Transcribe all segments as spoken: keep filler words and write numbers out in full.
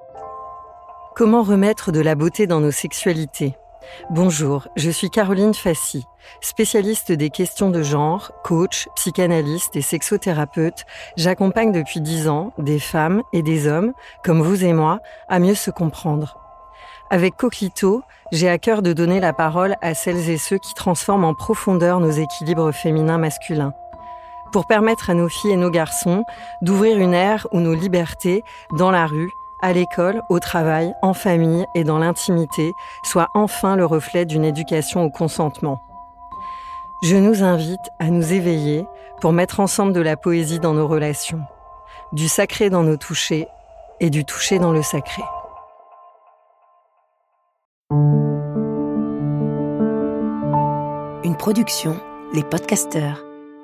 Comment remettre de la beauté dans nos sexualités ? Bonjour, je suis Caroline Fassi, spécialiste des questions de genre, coach, psychanalyste et sexothérapeute. J'accompagne depuis dix ans des femmes et des hommes, comme vous et moi, à mieux se comprendre. Avec Coquelicot, j'ai à cœur de donner la parole à celles et ceux qui transforment en profondeur nos équilibres féminins-masculins. Pour permettre à nos filles et nos garçons d'ouvrir une ère où nos libertés, dans la rue, à l'école, au travail, en famille et dans l'intimité, soient enfin le reflet d'une éducation au consentement. Je nous invite à nous éveiller pour mettre ensemble de la poésie dans nos relations, du sacré dans nos touchés et du touché dans le sacré. Une production, Les Podcasteurs.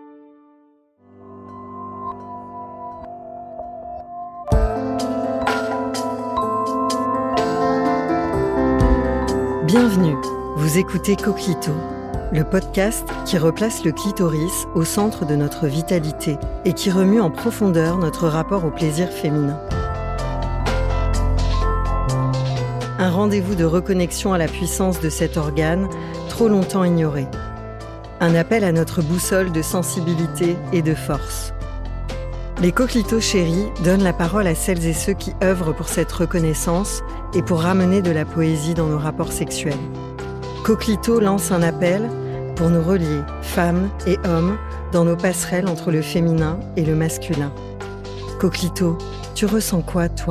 Bienvenue, vous écoutez Coquelicot, le podcast qui replace le clitoris au centre de notre vitalité et qui remue en profondeur notre rapport au plaisir féminin. Un rendez-vous de reconnexion à la puissance de cet organe trop longtemps ignoré. Un appel à notre boussole de sensibilité et de force. Les Coquelicots chéris donnent la parole à celles et ceux qui œuvrent pour cette reconnaissance et pour ramener de la poésie dans nos rapports sexuels. Coquelicot lance un appel pour nous relier, femmes et hommes, dans nos passerelles entre le féminin et le masculin. Coquelicot, tu ressens quoi, toi ?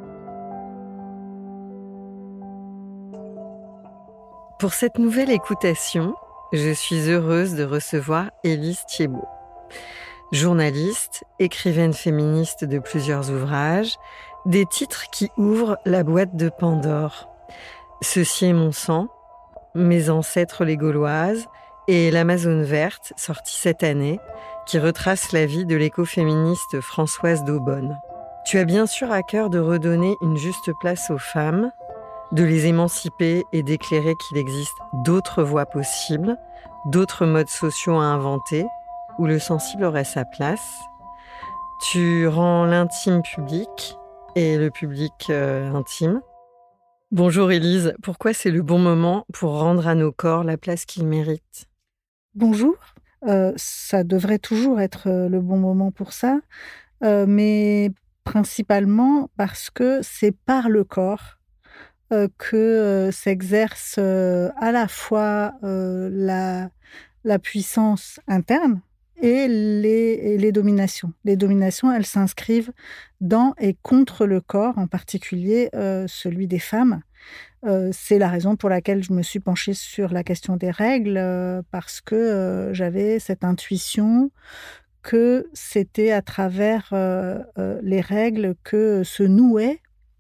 Pour cette nouvelle écoutation, je suis heureuse de recevoir Élise Thiebaud. Journaliste, écrivaine féministe de plusieurs ouvrages, des titres qui ouvrent la boîte de Pandore. Ceci est mon sang, Mes ancêtres les Gauloises et L'Amazone verte, sorti cette année, qui retrace la vie de l'écoféministe Françoise d'Aubonne. Tu as bien sûr à cœur de redonner une juste place aux femmes, de les émanciper et d'éclairer qu'il existe d'autres voies possibles, d'autres modes sociaux à inventer, où le sensible aurait sa place. Tu rends l'intime public et le public euh, intime. Bonjour Élise, pourquoi c'est le bon moment pour rendre à nos corps la place qu'ils méritent ? Bonjour, euh, ça devrait toujours être le bon moment pour ça, euh, mais principalement parce que c'est par le corps euh, que euh, s'exerce euh, à la fois euh, la, la puissance interne, et les, et les dominations. Les dominations, elles s'inscrivent dans et contre le corps, en particulier euh, celui des femmes. Euh, c'est la raison pour laquelle je me suis penchée sur la question des règles, euh, parce que euh, j'avais cette intuition que c'était à travers euh, euh, les règles que se nouait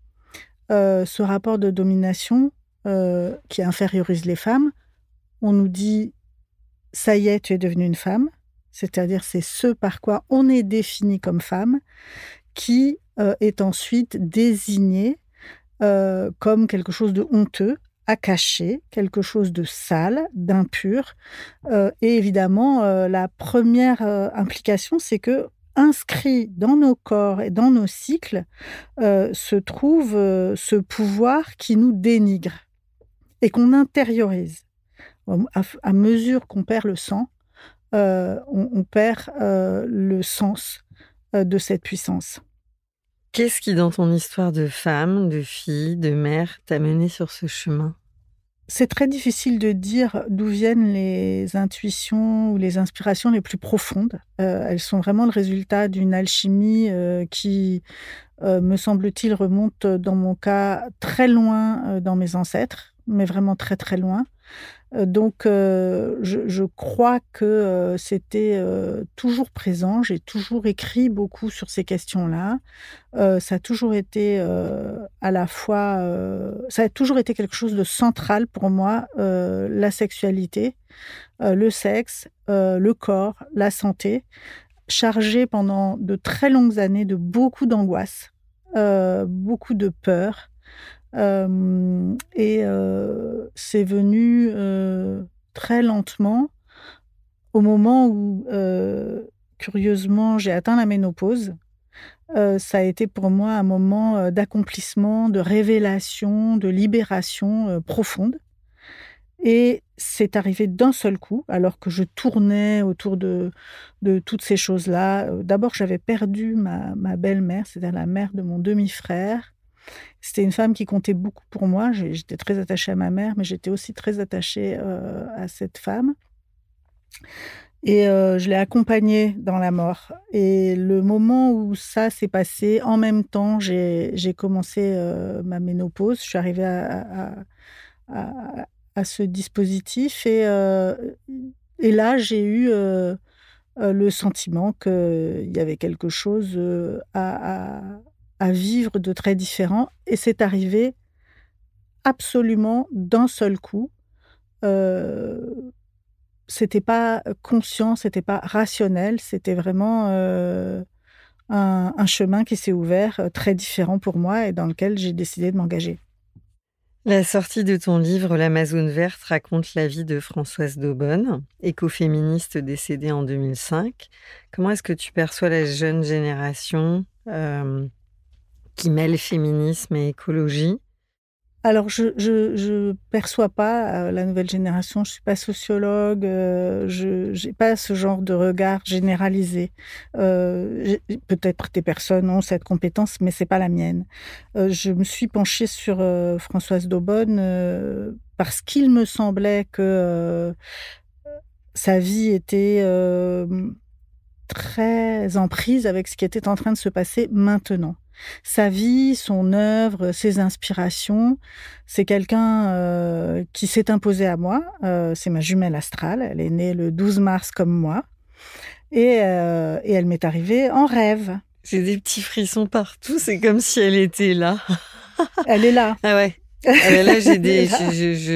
euh, ce rapport de domination euh, qui infériorise les femmes. On nous dit « ça y est, tu es devenue une femme ». C'est-à-dire c'est ce par quoi on est défini comme femme, qui euh, est ensuite désigné euh, comme quelque chose de honteux, à cacher, quelque chose de sale, d'impur. Euh, et évidemment, euh, la première euh, implication, c'est que inscrit dans nos corps et dans nos cycles euh, se trouve euh, ce pouvoir qui nous dénigre et qu'on intériorise. À, à mesure qu'on perd le sang, Euh, on, on perd euh, le sens euh, de cette puissance. Qu'est-ce qui, dans ton histoire de femme, de fille, de mère, t'a mené sur ce chemin ? C'est très difficile de dire d'où viennent les intuitions ou les inspirations les plus profondes. Euh, elles sont vraiment le résultat d'une alchimie euh, qui, euh, me semble-t-il, remonte dans mon cas très loin euh, dans mes ancêtres, mais vraiment très très loin. Donc, euh, je, je crois que euh, c'était euh, toujours présent. J'ai toujours écrit beaucoup sur ces questions-là. Euh, ça a toujours été euh, à la fois... Euh, ça a toujours été quelque chose de central pour moi, euh, la sexualité, euh, le sexe, euh, le corps, la santé, chargé pendant de très longues années de beaucoup d'angoisse, euh, beaucoup de peur. Euh, et euh, c'est venu euh, très lentement au moment où, euh, curieusement, j'ai atteint la ménopause euh, ça a été pour moi un moment euh, d'accomplissement, de révélation, de libération euh, profonde. Et c'est arrivé d'un seul coup, alors que je tournais autour de, de toutes ces choses-là. Euh, D'abord, j'avais perdu ma, ma belle-mère, c'est-à-dire la mère de mon demi-frère. C'était une femme qui comptait beaucoup pour moi. J'ai- J'étais très attachée à ma mère, mais j'étais aussi très attachée euh, à cette femme. Et euh, je l'ai accompagnée dans la mort. Et le moment où ça s'est passé, en même temps, j'ai j'ai commencé euh, ma ménopause. Je suis arrivée à, à- à- à ce dispositif. Et, euh, et là, j'ai eu euh, euh, le sentiment qu'il y avait quelque chose euh, à, à- à vivre de très différent. Et c'est arrivé absolument d'un seul coup. Euh, C'était pas conscient, c'était pas rationnel, c'était vraiment euh, un, un chemin qui s'est ouvert euh, très différent pour moi et dans lequel j'ai décidé de m'engager. La sortie de ton livre L'Amazone verte raconte la vie de Françoise Daubonne, écoféministe décédée en deux mille cinq. Comment est-ce que tu perçois la jeune génération euh, qui mêle féminisme et écologie? Alors, je je, je perçois pas euh, la nouvelle génération, je suis pas sociologue, euh, je j'ai pas ce genre de regard généralisé. Euh, j'ai- peut-être des personnes ont cette compétence, mais c'est pas la mienne. Euh, je me suis penchée sur euh, Françoise Daubonne euh, parce qu'il me semblait que euh, sa vie était euh, très en prise avec ce qui était en train de se passer maintenant. Sa vie, son œuvre, ses inspirations, c'est quelqu'un euh, qui s'est imposé à moi. Euh, c'est ma jumelle astrale. Elle est née le douze mars comme moi. Et, euh, et elle m'est arrivée en rêve. J'ai des petits frissons partout, c'est comme si elle était là. Elle est là. Ah ouais. Ah ben là, j'ai Elle est des, là. je, je- je-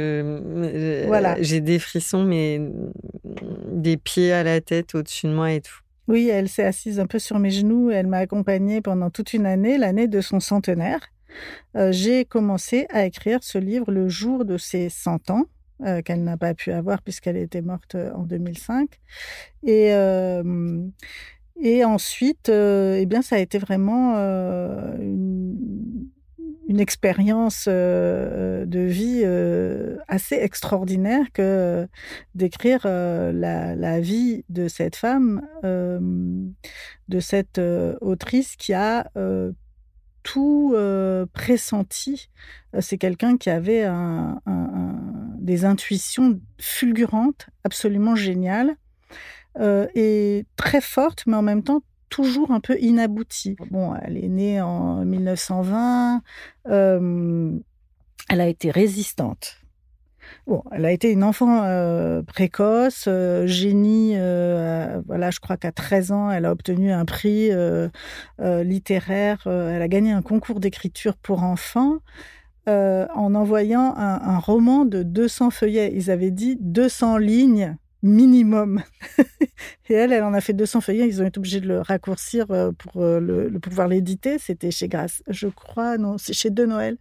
euh, Voilà. j'ai des frissons, mais des pieds à la tête au-dessus de moi et tout. Oui, elle s'est assise un peu sur mes genoux. Elle m'a accompagnée pendant toute une année, l'année de son centenaire. Euh, j'ai commencé à écrire ce livre le jour de ses cent ans, euh, qu'elle n'a pas pu avoir puisqu'elle était morte euh, en deux mille cinq. Et, euh, et ensuite, euh, eh bien, ça a été vraiment euh, une, une expérience euh, de vie euh, assez extraordinaire que euh, d'écrire euh, la, la vie de cette femme, euh, de cette euh, autrice qui a euh, tout euh, pressenti. Euh, C'est quelqu'un qui avait un- un- un- des intuitions fulgurantes, absolument géniales, euh, et très fortes, mais en même temps toujours un peu inabouties. Bon, elle est née en mille neuf cent vingt, euh, elle a été résistante. Bon, elle a été une enfant euh, précoce, euh, génie. Euh, voilà, je crois qu'à treize ans, elle a obtenu un prix euh, euh, littéraire. Euh, elle a gagné un concours d'écriture pour enfants euh, en envoyant un, un roman de deux cents feuillets. Ils avaient dit deux cents lignes minimum. Et elle, elle en a fait deux cents feuillets. Ils ont été obligés de le raccourcir euh, pour euh, le, le pouvoir l'éditer. C'était chez Grâce, je crois, non, c'est chez De Noël.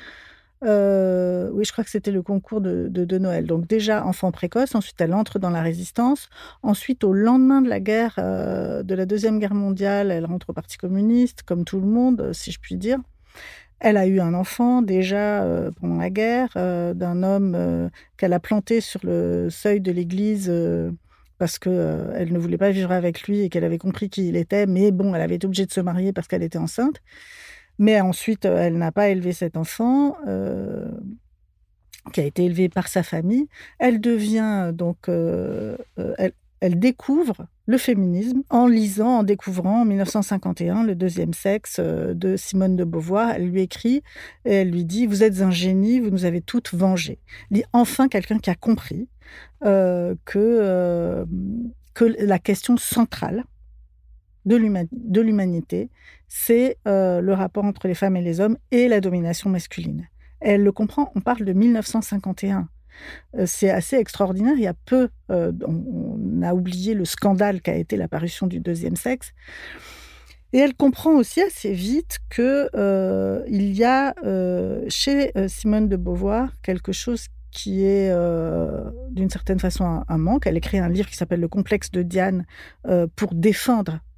Euh, oui, je crois que c'était le concours de, de, de Noël. Donc déjà, enfant précoce, ensuite elle entre dans la résistance. Ensuite, au lendemain de la guerre, euh, de la Deuxième Guerre mondiale, elle rentre au Parti communiste, comme tout le monde, si je puis dire. Elle a eu un enfant déjà euh, pendant la guerre, euh, d'un homme euh, qu'elle a planté sur le seuil de l'église euh, parce qu'elle euh, ne voulait pas vivre avec lui et qu'elle avait compris qui il était. Mais bon, elle avait été obligée de se marier parce qu'elle était enceinte. Mais ensuite, elle n'a pas élevé cet enfant, euh, qui a été élevé par sa famille. Elle devient donc, euh, euh, elle, elle découvre le féminisme en lisant, en découvrant en mille neuf cent cinquante et un Le deuxième sexe euh, de Simone de Beauvoir. Elle lui écrit et elle lui dit « Vous êtes un génie, vous nous avez toutes vengées ». Il dit enfin quelqu'un qui a compris euh, que, euh, que la question centrale de l'humanité, c'est euh, le rapport entre les femmes et les hommes et la domination masculine. Elle le comprend, on parle de mille neuf cent cinquante et un. Euh, c'est assez extraordinaire, il y a peu, euh, on, on a oublié le scandale qu'a été l'apparition du deuxième sexe. Et elle comprend aussi assez vite qu'il euh, y a euh, chez euh, Simone de Beauvoir quelque chose qui est euh, d'une certaine façon un, un manque. Elle écrit un livre qui s'appelle Le complexe de Diane euh, pour défendre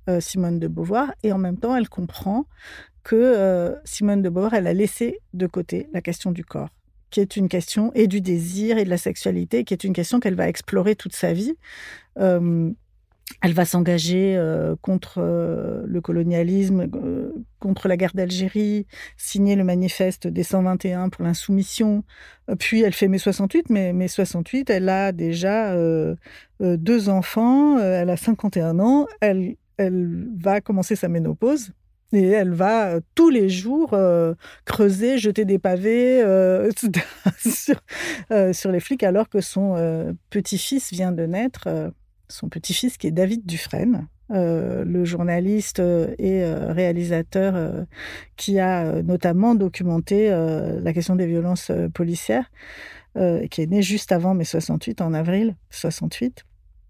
euh, Simone de Beauvoir, et en même temps, elle comprend que euh, Simone de Beauvoir, elle a laissé de côté la question du corps, qui est une question, et du désir et de la sexualité, qui est une question qu'elle va explorer toute sa vie. Euh, Elle va s'engager euh, contre euh, le colonialisme, euh, contre la guerre d'Algérie, signer le manifeste des cent vingt et un pour l'insoumission. Euh, puis elle fait mai soixante-huit, mais mai soixante-huit, elle a déjà euh, euh, deux enfants, euh, elle a cinquante et un ans, elle, elle va commencer sa ménopause. Et elle va euh, tous les jours euh, creuser, jeter des pavés euh, sur, euh, sur les flics, alors que son euh, petit-fils vient de naître. Euh, son petit-fils qui est David Dufresne, euh, le journaliste et euh, réalisateur euh, qui a euh, notamment documenté euh, la question des violences euh, policières, euh, qui est né juste avant mai soixante-huit, en avril soixante-huit.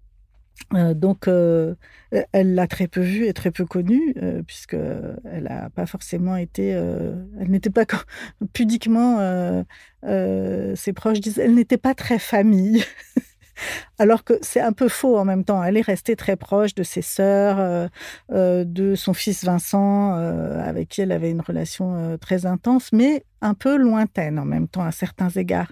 Euh, donc, euh, elle l'a très peu vu et très peu connu, euh, puisqu'elle n'a pas forcément été... Euh, elle n'était pas... Pudiquement, euh, euh, ses proches disent, elle n'était pas très famille. Alors que c'est un peu faux en même temps. Elle est restée très proche de ses sœurs, euh, euh, de son fils Vincent, euh, avec qui elle avait une relation euh, très intense, mais un peu lointaine en même temps à certains égards.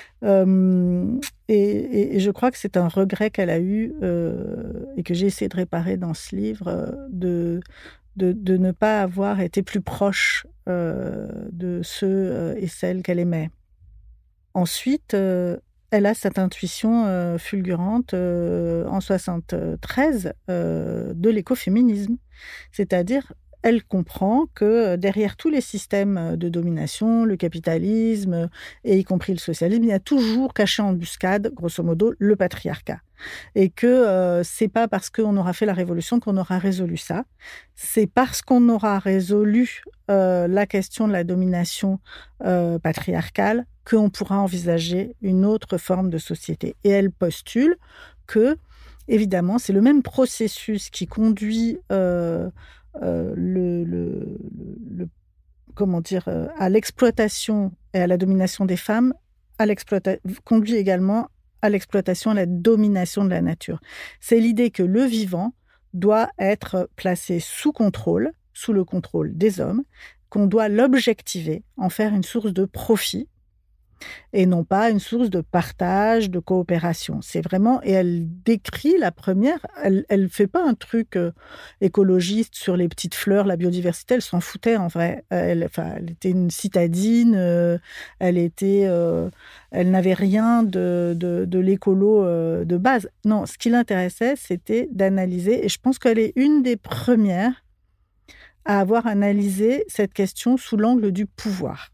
Euh, et, et, et je crois que c'est un regret qu'elle a eu euh, et que j'ai essayé de réparer dans ce livre, euh, de, de, de ne pas avoir été plus proche euh, de ceux euh, et celles qu'elle aimait. Ensuite, euh, elle a cette intuition euh, fulgurante euh, en soixante-treize euh, de l'écoféminisme. C'est-à-dire, elle comprend que derrière tous les systèmes de domination, le capitalisme, et y compris le socialisme, il y a toujours caché en embuscade, grosso modo, le patriarcat. Et que euh, c'est pas parce qu'on aura fait la révolution qu'on aura résolu ça. C'est parce qu'on aura résolu euh, la question de la domination euh, patriarcale qu'on pourra envisager une autre forme de société. Et elle postule que, évidemment, c'est le même processus qui conduit euh, euh, le, le, le, comment dire, euh, à l'exploitation et à la domination des femmes, à l'exploita- conduit également à l'exploitation, à la domination de la nature. C'est l'idée que le vivant doit être placé sous contrôle, sous le contrôle des hommes, qu'on doit l'objectiver, en faire une source de profit, et non pas une source de partage, de coopération. C'est vraiment, et elle décrit la première, elle elle fait pas un truc euh, écologiste sur les petites fleurs, la biodiversité, elle s'en foutait en vrai. Elle, enfin, elle était une citadine, euh, elle était, euh, elle n'avait rien de, de, de l'écolo euh, de base. Non, ce qui l'intéressait, c'était d'analyser, et je pense qu'elle est une des premières à avoir analysé cette question sous l'angle du pouvoir.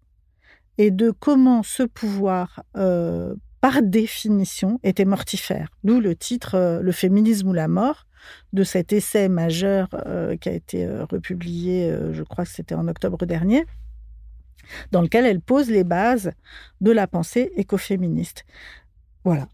Et de comment ce pouvoir, euh, par définition, était mortifère. D'où le titre euh, « Le féminisme ou la mort » de cet essai majeur euh, qui a été euh, republié, euh, je crois que c'était en octobre dernier, dans lequel elle pose les bases de la pensée écoféministe. Voilà.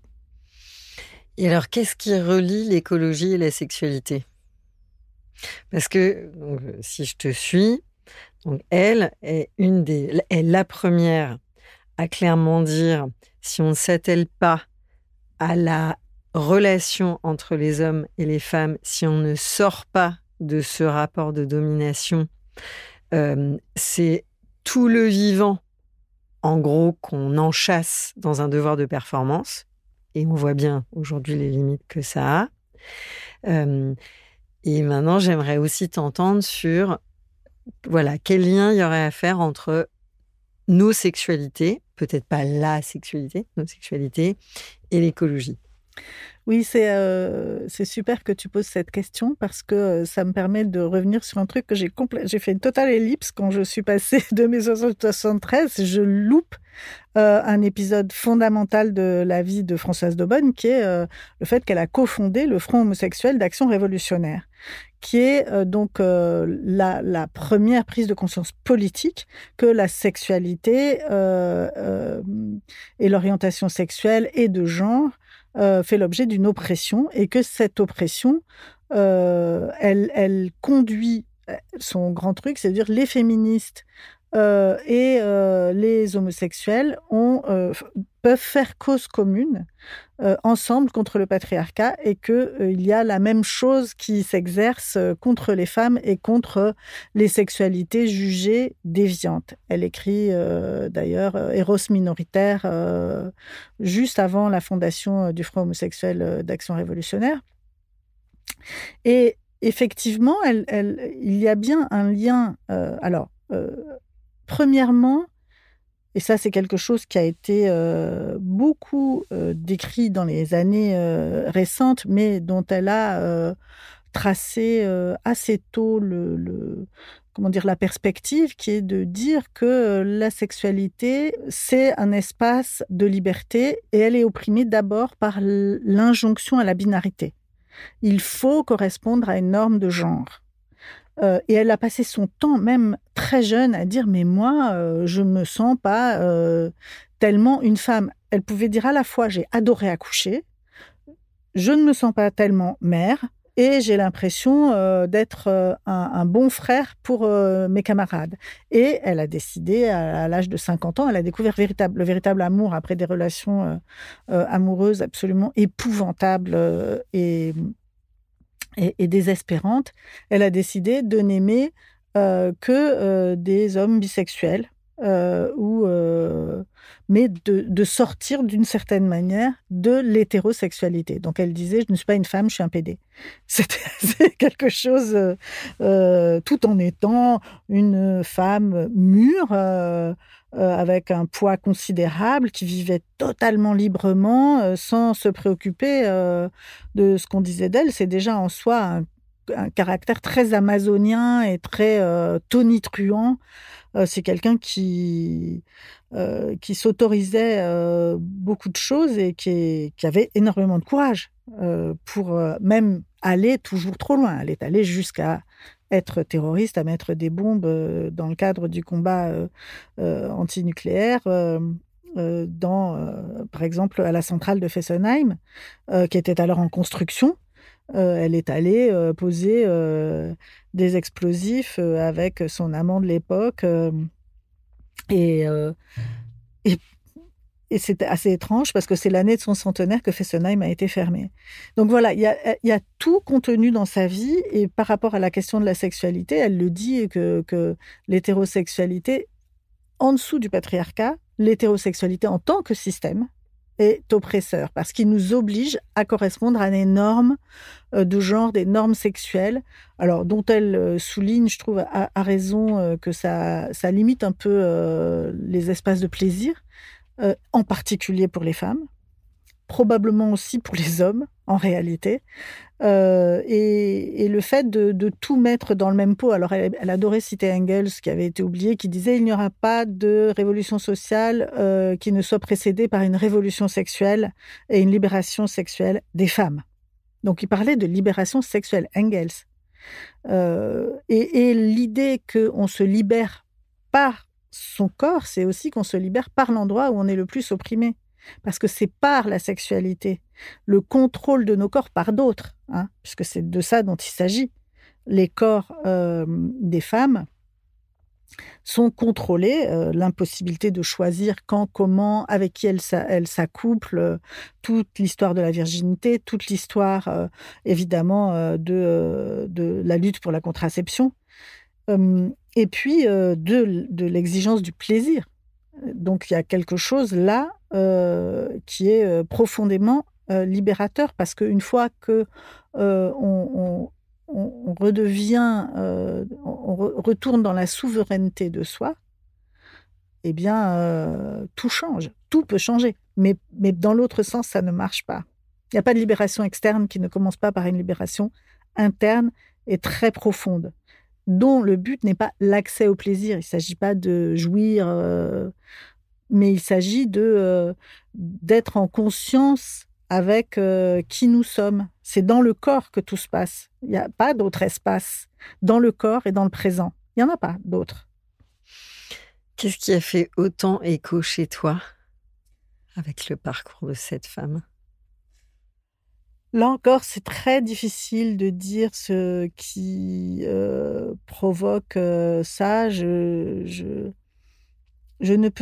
Et alors, qu'est-ce qui relie l'écologie et la sexualité ? Parce que, donc, si je te suis... Donc, elle est une des, est la première à clairement dire, si on ne s'attelle pas à la relation entre les hommes et les femmes, si on ne sort pas de ce rapport de domination, euh, c'est tout le vivant, en gros, qu'on enchâsse dans un devoir de performance. Et on voit bien aujourd'hui les limites que ça a. Euh, et maintenant, j'aimerais aussi t'entendre sur... Voilà, quel lien il y aurait à faire entre nos sexualités, peut-être pas la sexualité, nos sexualités, et l'écologie. Oui, c'est euh, c'est super que tu poses cette question parce que ça me permet de revenir sur un truc que j'ai complè- j'ai fait une totale ellipse quand je suis passée de mai soixante-treize. Je loupe euh, un épisode fondamental de la vie de Françoise d'Aubonne qui est euh, le fait qu'elle a cofondé le Front homosexuel d'action révolutionnaire, qui est euh, donc euh, la, la première prise de conscience politique que la sexualité euh, euh, et l'orientation sexuelle et de genre euh, fait l'objet d'une oppression et que cette oppression, euh, elle, elle conduit, son grand truc, c'est-à-dire les féministes euh, et euh, les homosexuels ont, euh, peuvent faire cause commune euh, ensemble contre le patriarcat et qu'il euh, y a la même chose qui s'exerce euh, contre les femmes et contre euh, les sexualités jugées déviantes. Elle écrit euh, d'ailleurs euh, Eros minoritaire euh, juste avant la fondation euh, du Front homosexuel euh, d'action révolutionnaire. Et effectivement, elle, elle, il y a bien un lien. Euh, alors, euh, premièrement, et ça, c'est quelque chose qui a été euh, beaucoup euh, décrit dans les années euh, récentes, mais dont elle a euh, tracé euh, assez tôt le, le, comment dire, la perspective, qui est de dire que euh, la sexualité, c'est un espace de liberté et elle est opprimée d'abord par l'injonction à la binarité. Il faut correspondre à une norme de genre. Euh, et elle a passé son temps, même très jeune, à dire « mais moi, euh, je me sens pas euh, tellement une femme ». Elle pouvait dire à la fois « j'ai adoré accoucher, je ne me sens pas tellement mère et j'ai l'impression euh, d'être euh, un, un bon frère pour euh, mes camarades ». Et elle a décidé, à, à l'âge de cinquante ans, elle a découvert véritable, le véritable amour après des relations euh, euh, amoureuses absolument épouvantables euh, et... Et, et désespérante, elle a décidé de n'aimer euh, que euh, des hommes bisexuels, euh, ou, euh, mais de, de sortir d'une certaine manière de l'hétérosexualité. Donc elle disait, je ne suis pas une femme, je suis un pédé. C'était c'est quelque chose, euh, euh, tout en étant une femme mûre, euh, euh, avec un poids considérable, qui vivait totalement librement, euh, sans se préoccuper euh, de ce qu'on disait d'elle. C'est déjà en soi un, un caractère très amazonien et très euh, tonitruant. Euh, c'est quelqu'un qui, euh, qui s'autorisait euh, beaucoup de choses et qui, qui avait énormément de courage euh, pour euh, même aller toujours trop loin. Elle est allée jusqu'à être terroriste, à mettre des bombes euh, dans le cadre du combat euh, euh, antinucléaire, euh, euh, dans, euh, par exemple, à la centrale de Fessenheim, euh, qui était alors en construction. Euh, elle est allée euh, poser euh, des explosifs euh, avec son amant de l'époque. Euh, et, euh, et, et c'était assez étrange parce que c'est l'année de son centenaire que Fessenheim a été fermé. Donc voilà, il y a, y a tout contenu dans sa vie. Et par rapport à la question de la sexualité, elle le dit que, que l'hétérosexualité, en dessous du patriarcat, l'hétérosexualité en tant que système, est oppresseur parce qu'il nous oblige à correspondre à des normes de genre, des normes sexuelles, alors dont elle souligne, je trouve, à, à raison, que ça, ça limite un peu euh, les espaces de plaisir, euh, en particulier pour les femmes, probablement aussi pour les hommes, en réalité. Euh, et, et le fait de, de tout mettre dans le même pot. Alors, elle, elle adorait citer Engels, qui avait été oublié, qui disait « il n'y aura pas de révolution sociale euh, qui ne soit précédée par une révolution sexuelle et une libération sexuelle des femmes ». Donc, il parlait de libération sexuelle, Engels. Euh, et, et l'idée qu'on se libère par son corps, c'est aussi qu'on se libère par l'endroit où on est le plus opprimé. Parce que c'est par la sexualité, le contrôle de nos corps par d'autres, hein, puisque c'est de ça dont il s'agit. Les corps euh, des femmes sont contrôlés, euh, l'impossibilité de choisir quand, comment, avec qui elles elle s'accouplent, euh, toute l'histoire de la virginité, toute l'histoire, euh, évidemment, euh, de, euh, de la lutte pour la contraception, euh, et puis euh, de, de l'exigence du plaisir. Donc, il y a quelque chose là euh, qui est euh, profondément euh, libérateur, parce qu'une fois que euh, on, on, on redevient, euh, on re- retourne dans la souveraineté de soi, eh bien, euh, tout change, tout peut changer. Mais, mais dans l'autre sens, ça ne marche pas. Il n'y a pas de libération externe qui ne commence pas par une libération interne et très profonde, dont le but n'est pas l'accès au plaisir. Il ne s'agit pas de jouir, euh, mais il s'agit de, euh, d'être en conscience avec euh, qui nous sommes. C'est dans le corps que tout se passe. Il n'y a pas d'autre espace dans le corps et dans le présent. Il n'y en a pas d'autre. Qu'est-ce qui a fait autant écho chez toi avec le parcours de cette femme ? Là encore, c'est très difficile de dire ce qui euh, provoque euh, ça. Je, je, je ne peux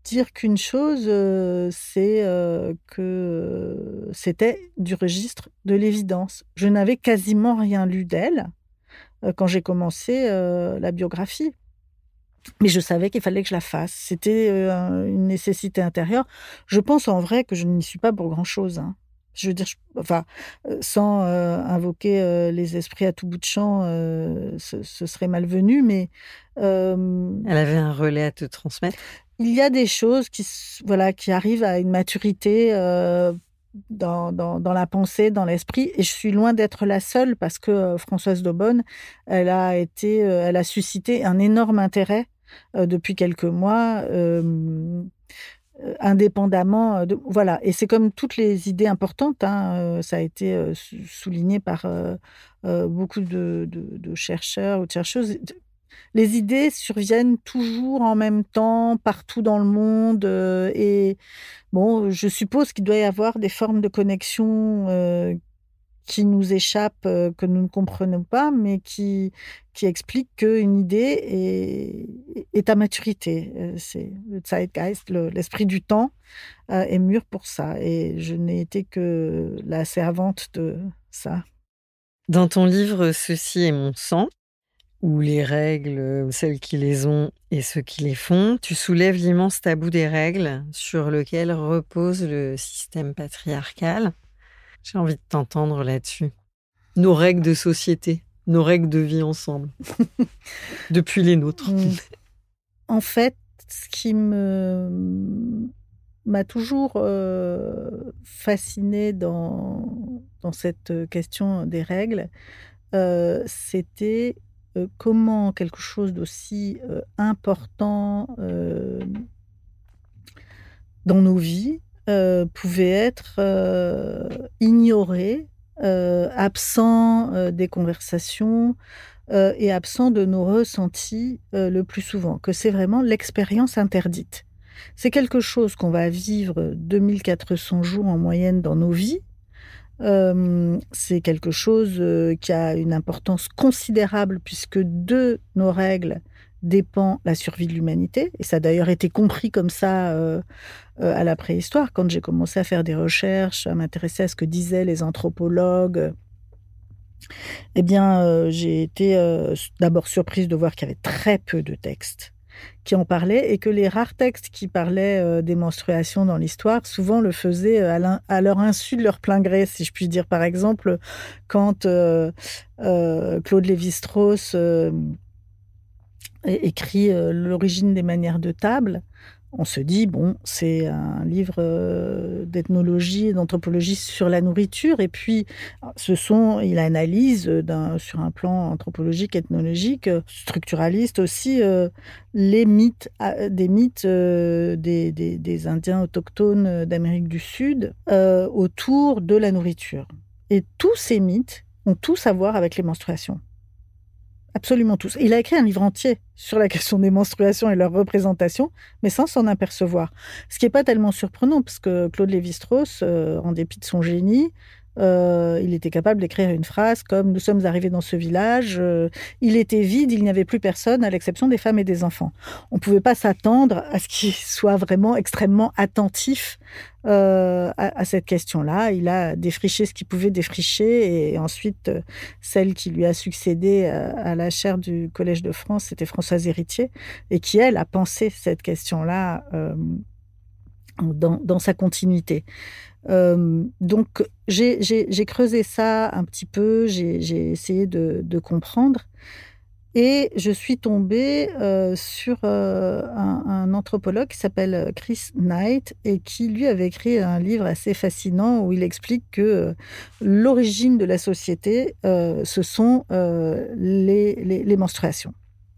dire qu'une chose, euh, c'est euh, que c'était du registre de l'évidence. Je n'avais quasiment rien lu d'elle euh, quand j'ai commencé euh, la biographie. Mais je savais qu'il fallait que je la fasse. C'était euh, une nécessité intérieure. Je pense en vrai que je n'y suis pas pour grand-chose, hein. Je veux dire, je- enfin, euh, sans euh, invoquer euh, les esprits à tout bout de champ, euh, ce, ce serait malvenu, mais euh, Elle avait un relais à te transmettre. il y a des choses qui, s- voilà, qui arrivent à une maturité euh, dans, dans, dans la pensée, dans l'esprit, et je suis loin d'être la seule parce que euh, Françoise d'Aubonne, elle a été, euh, elle a suscité un énorme intérêt euh, depuis quelques mois. Euh, euh, indépendamment de, voilà, et c'est comme toutes les idées importantes, hein, euh, ça a été euh, sou- souligné par euh, euh, beaucoup de, de- de chercheurs ou de chercheuses. Les idées surviennent toujours en même temps partout dans le monde, euh, et bon, je suppose qu'il doit y avoir des formes de connexion euh, qui nous échappent, euh, que nous ne comprenons pas, mais qui, qui expliquent qu'une idée est, est à maturité. Euh, C'est le Zeitgeist, le- l'esprit du temps, euh, est mûr pour ça. Et je n'ai été que la servante de ça. Dans ton livre Ceci est mon sang, où les règles, celles qui les ont et ceux qui les font, tu soulèves l'immense tabou des règles sur lequel repose le système patriarcal. J'ai envie de t'entendre là-dessus. Nos règles de société, nos règles de vie ensemble, depuis les nôtres. Mm. En fait, ce qui me m'a toujours euh, fascinée dans, dans cette question des règles, euh, c'était euh, comment quelque chose d'aussi euh, important euh, dans nos vies euh, pouvait être euh, ignoré, euh, absent euh, des conversations euh, et absent de nos ressentis euh, le plus souvent, que c'est vraiment l'expérience interdite. C'est quelque chose qu'on va vivre deux mille quatre cents jours en moyenne dans nos vies. Euh, c'est quelque chose euh, qui a une importance considérable puisque de nos règles dépend la survie de l'humanité. Et ça a d'ailleurs été compris comme ça euh, euh, à la préhistoire. Quand j'ai commencé à faire des recherches, à m'intéresser à ce que disaient les anthropologues, eh bien, euh, j'ai été euh, d'abord surprise de voir qu'il y avait très peu de textes qui en parlaient et que les rares textes qui parlaient euh, des menstruations dans l'histoire, souvent le faisaient euh, à, l'in- à leur insu, de leur plein gré, si je puis dire. Par exemple, quand euh, euh, Claude Lévi-Strauss euh, é- écrit euh, L'origine des manières de table, on se dit, bon, c'est un livre euh, d'ethnologie et d'anthropologie sur la nourriture. Et puis, ce sont, il analyse d'un, sur un plan anthropologique, ethnologique, euh, structuraliste aussi, euh, les mythes, euh, des mythes euh, des, des, des Indiens autochtones d'Amérique du Sud euh, autour de la nourriture. Et tous ces mythes ont tous à voir avec les menstruations. Absolument tous. Il a écrit un livre entier sur la question des menstruations et leur représentation, mais sans s'en apercevoir. Ce qui n'est pas tellement surprenant, parce que Claude Lévi-Strauss, euh, en dépit de son génie, euh, il était capable d'écrire une phrase comme « Nous sommes arrivés dans ce village, euh, il était vide, il n'y avait plus personne, à l'exception des femmes et des enfants. » On ne pouvait pas s'attendre à ce qu'il soit vraiment extrêmement attentif euh, à, à cette question-là. Il a défriché ce qu'il pouvait défricher, et ensuite, euh, celle qui lui a succédé à, à la chaire du Collège de France, c'était Françoise Héritier, et qui, elle, a pensé cette question-là euh, dans, dans sa continuité. Euh, donc, j'ai, j'ai, j'ai creusé ça un petit peu, j'ai, j'ai essayé de, de comprendre, et je suis tombée euh, sur euh, un, un anthropologue qui s'appelle Chris Knight et qui, lui, avait écrit un livre assez fascinant où il explique que euh, l'origine de la société, euh, ce sont euh, les, les, les menstruations.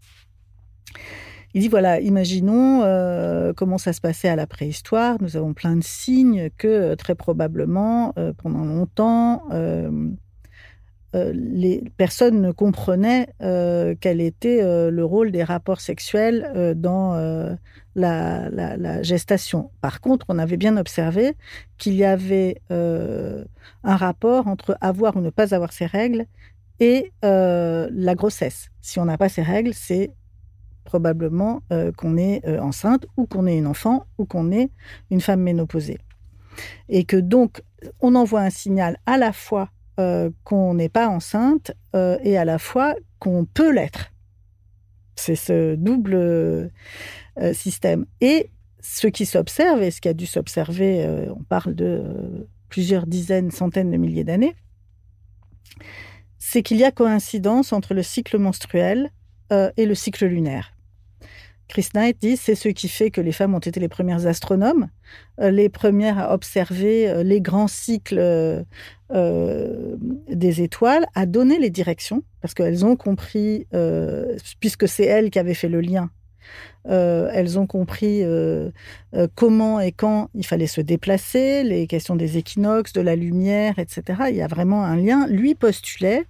Il dit, voilà, imaginons euh, comment ça se passait à la préhistoire. Nous avons plein de signes que, euh, très probablement, euh, pendant longtemps, euh, euh, les personnes ne comprenaient euh, quel était euh, le rôle des rapports sexuels euh, dans euh, la, la, la gestation. Par contre, on avait bien observé qu'il y avait euh, un rapport entre avoir ou ne pas avoir ses règles et euh, la grossesse. Si on n'a pas ses règles, c'est probablement euh, qu'on est euh, enceinte ou qu'on est une enfant ou qu'on est une femme ménopausée. Et que donc, on envoie un signal à la fois euh, qu'on n'est pas enceinte euh, et à la fois qu'on peut l'être. C'est ce double euh, système. Et ce qui s'observe, et ce qui a dû s'observer, euh, on parle de euh, plusieurs dizaines, centaines de milliers d'années, c'est qu'il y a coïncidence entre le cycle menstruel euh, et le cycle lunaire. Chris Knight dit c'est ce qui fait que les femmes ont été les premières astronomes, euh, les premières à observer euh, les grands cycles euh, euh, des étoiles, à donner les directions, parce qu'elles ont compris, euh, puisque c'est elles qui avaient fait le lien, euh, elles ont compris euh, euh, comment et quand il fallait se déplacer, les questions des équinoxes, de la lumière, et cetera. Il y a vraiment un lien. Lui postulait,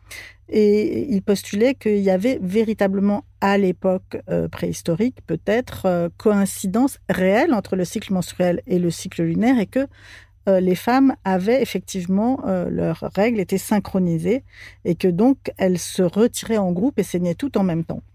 et il postulait qu'il y avait véritablement, à l'époque euh, préhistorique, peut-être, euh, coïncidence réelle entre le cycle menstruel et le cycle lunaire, et que euh, les femmes avaient effectivement, euh, leurs règles étaient synchronisées, et que donc elles se retiraient en groupe et saignaient toutes en même temps.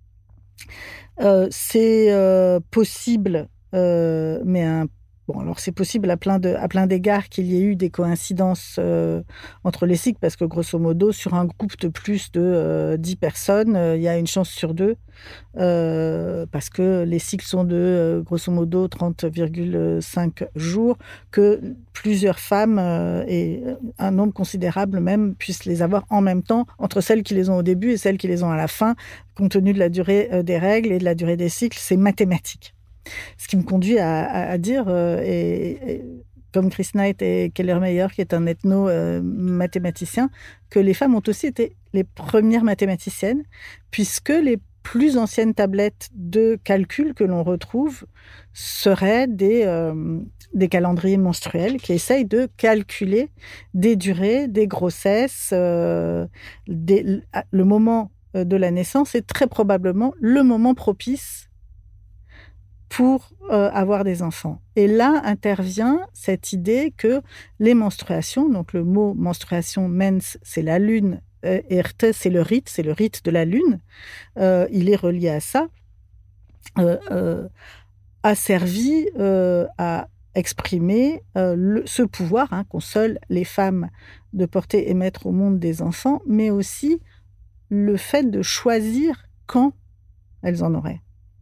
Euh, c'est euh, possible, euh, mais un Bon, alors c'est possible à plein, de, à plein d'égards qu'il y ait eu des coïncidences euh, entre les cycles, parce que grosso modo, sur un groupe de plus de euh, dix personnes, euh, il y a une chance sur deux, euh, parce que les cycles sont de, euh, grosso modo, trente virgule cinq jours, que plusieurs femmes, euh, et un nombre considérable même, puissent les avoir en même temps, entre celles qui les ont au début et celles qui les ont à la fin, compte tenu de la durée euh, des règles et de la durée des cycles, c'est mathématique. Ce qui me conduit à, à, à dire, euh, et, et, comme Chris Knight et Kellermeyer, qui est un ethno-mathématicien, que les femmes ont aussi été les premières mathématiciennes, puisque les plus anciennes tablettes de calcul que l'on retrouve seraient des, euh, des calendriers menstruels qui essayent de calculer des durées, des grossesses, euh, des, le moment de la naissance est très probablement le moment propice pour euh, avoir des enfants. Et là intervient cette idée que les menstruations, donc le mot menstruation, mens, c'est la lune, euh, et erte, c'est le rite, c'est le rite de la lune, euh, il est relié à ça, euh, euh, a servi euh, à exprimer euh, le, ce pouvoir hein, qu'ont seules les femmes de porter et mettre au monde des enfants, mais aussi le fait de choisir quand elles en auraient.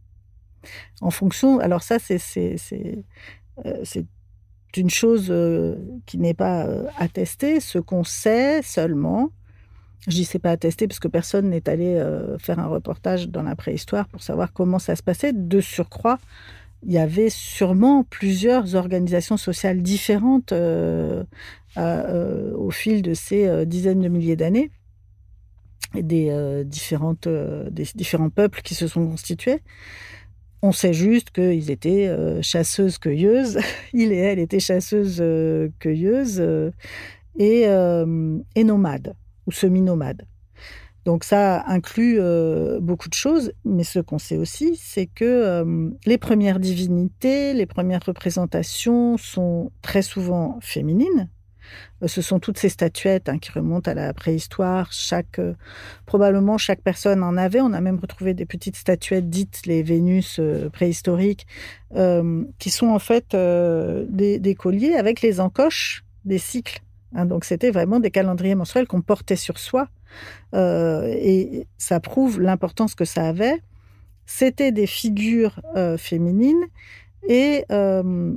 En fonction, alors ça, c'est, c'est, c'est, euh, c'est une chose euh, qui n'est pas euh, attestée. Ce qu'on sait seulement, je dis c'est pas attesté parce que personne n'est allé euh, faire un reportage dans la préhistoire pour savoir comment ça se passait. De surcroît, il y avait sûrement plusieurs organisations sociales différentes euh, euh, au fil de ces euh, dizaines de milliers d'années, et des, euh, différentes, euh, des différents peuples qui se sont constitués. On sait juste qu'ils étaient euh, chasseuses-cueilleuses. Il et elle étaient chasseuses-cueilleuses euh, et, euh, et nomades, ou semi-nomades. Donc ça inclut euh, beaucoup de choses, mais ce qu'on sait aussi, c'est que euh, les premières divinités, les premières représentations sont très souvent féminines. Ce sont toutes ces statuettes hein, qui remontent à la préhistoire. Chaque, euh, probablement, chaque personne en avait. On a même retrouvé des petites statuettes dites les Vénus euh, préhistoriques, euh, qui sont en fait euh, des, des colliers avec les encoches des cycles. Hein, donc, c'était vraiment des calendriers menstruels qu'on portait sur soi. Euh, et ça prouve l'importance que ça avait. C'était des figures euh, féminines et... Euh,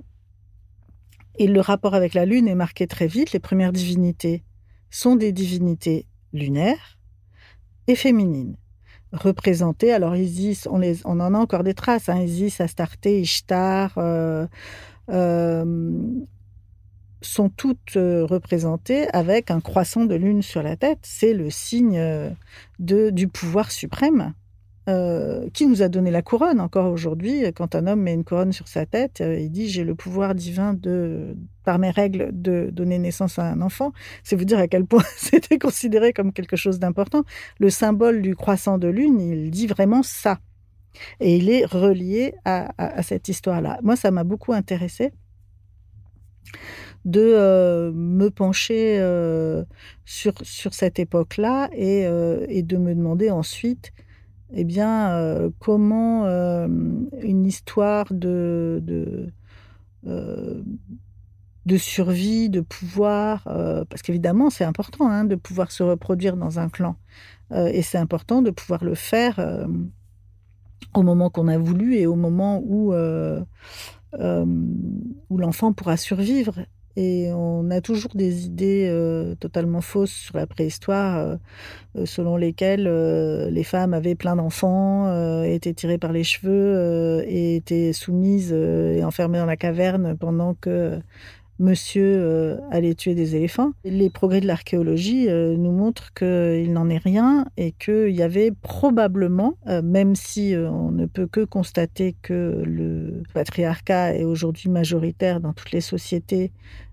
Et le rapport avec la Lune est marqué très vite. Les premières divinités sont des divinités lunaires et féminines, représentées. Alors Isis, on, les, on en a encore des traces. Hein, Isis, Astarté, Ishtar euh, euh, sont toutes euh, représentées avec un croissant de lune sur la tête. C'est le signe de, du pouvoir suprême. Euh, qui nous a donné la couronne encore aujourd'hui. Quand un homme met une couronne sur sa tête, euh, il dit « j'ai le pouvoir divin de, par mes règles de donner naissance à un enfant ». C'est vous dire à quel point c'était considéré comme quelque chose d'important. Le symbole du croissant de lune, il dit vraiment ça. Et il est relié à, à, à cette histoire-là. Moi, ça m'a beaucoup intéressée de euh, me pencher euh, sur, sur cette époque-là et, euh, et de me demander ensuite eh bien, euh, comment euh, une histoire de, de, euh, de survie, de pouvoir, euh, parce qu'évidemment, c'est important hein, de pouvoir se reproduire dans un clan. Euh, et c'est important de pouvoir le faire euh, au moment qu'on a voulu et au moment où, euh, euh, où l'enfant pourra survivre. Et on a toujours des idées euh, totalement fausses sur la préhistoire, euh, euh, selon lesquelles euh, les femmes avaient plein d'enfants, euh, étaient tirées par les cheveux euh, et étaient soumises euh, et enfermées dans la caverne pendant que monsieur euh, allait tuer des éléphants. Les progrès de l'archéologie euh, nous montrent qu'il n'en est rien et qu'il y avait probablement, euh, même si euh, on ne peut que constater que le patriarcat est aujourd'hui majoritaire dans toutes les sociétés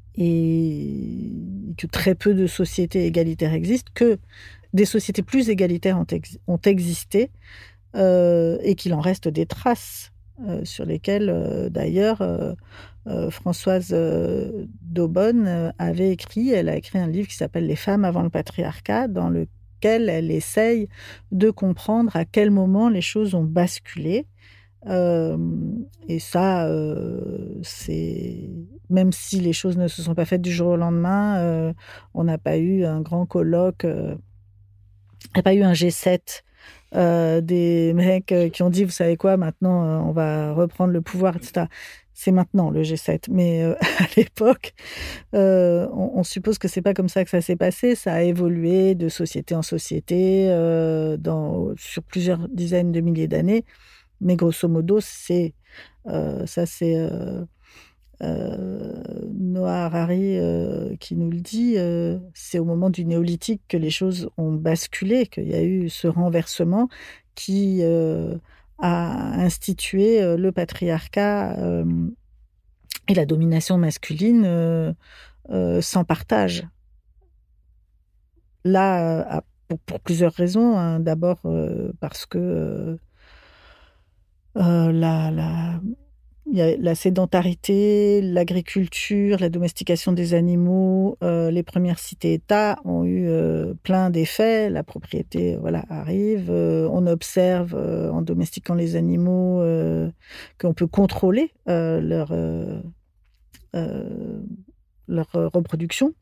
et que très peu de sociétés égalitaires existent, que des sociétés plus égalitaires ont, ex- ont existé euh, et qu'il en reste des traces euh, sur lesquelles, euh, d'ailleurs, euh, euh, Françoise euh, d'Aubonne euh, avait écrit. Elle a écrit un livre qui s'appelle « Les femmes avant le patriarcat », dans lequel elle essaye de comprendre à quel moment les choses ont basculé. Euh, et ça, euh, c'est... Même si les choses ne se sont pas faites du jour au lendemain, euh, on n'a pas eu un grand colloque, euh, il n'y a pas eu un G sept euh, des mecs euh, qui ont dit, vous savez quoi, maintenant, euh, on va reprendre le pouvoir, et cetera. C'est maintenant, le G sept. Mais euh, à l'époque, euh, on, on suppose que c'est pas comme ça que ça s'est passé. Ça a évolué de société en société euh, dans, sur plusieurs dizaines de milliers d'années. Mais grosso modo, c'est euh, ça, c'est euh, euh, Noah Harari euh, qui nous le dit. Euh, c'est au moment du néolithique que les choses ont basculé, qu'il y a eu ce renversement qui euh, a institué euh, le patriarcat euh, et la domination masculine euh, euh, sans partage. Là, euh, pour, pour plusieurs raisons. Hein. D'abord euh, parce que euh, euh, la, la, il y a la sédentarité, l'agriculture, la domestication des animaux, euh, les premières cités-États ont eu euh, plein d'effets. La propriété, voilà, arrive. Euh, on observe euh, en domestiquant les animaux euh, qu'on peut contrôler euh, leur euh, euh, leur reproduction.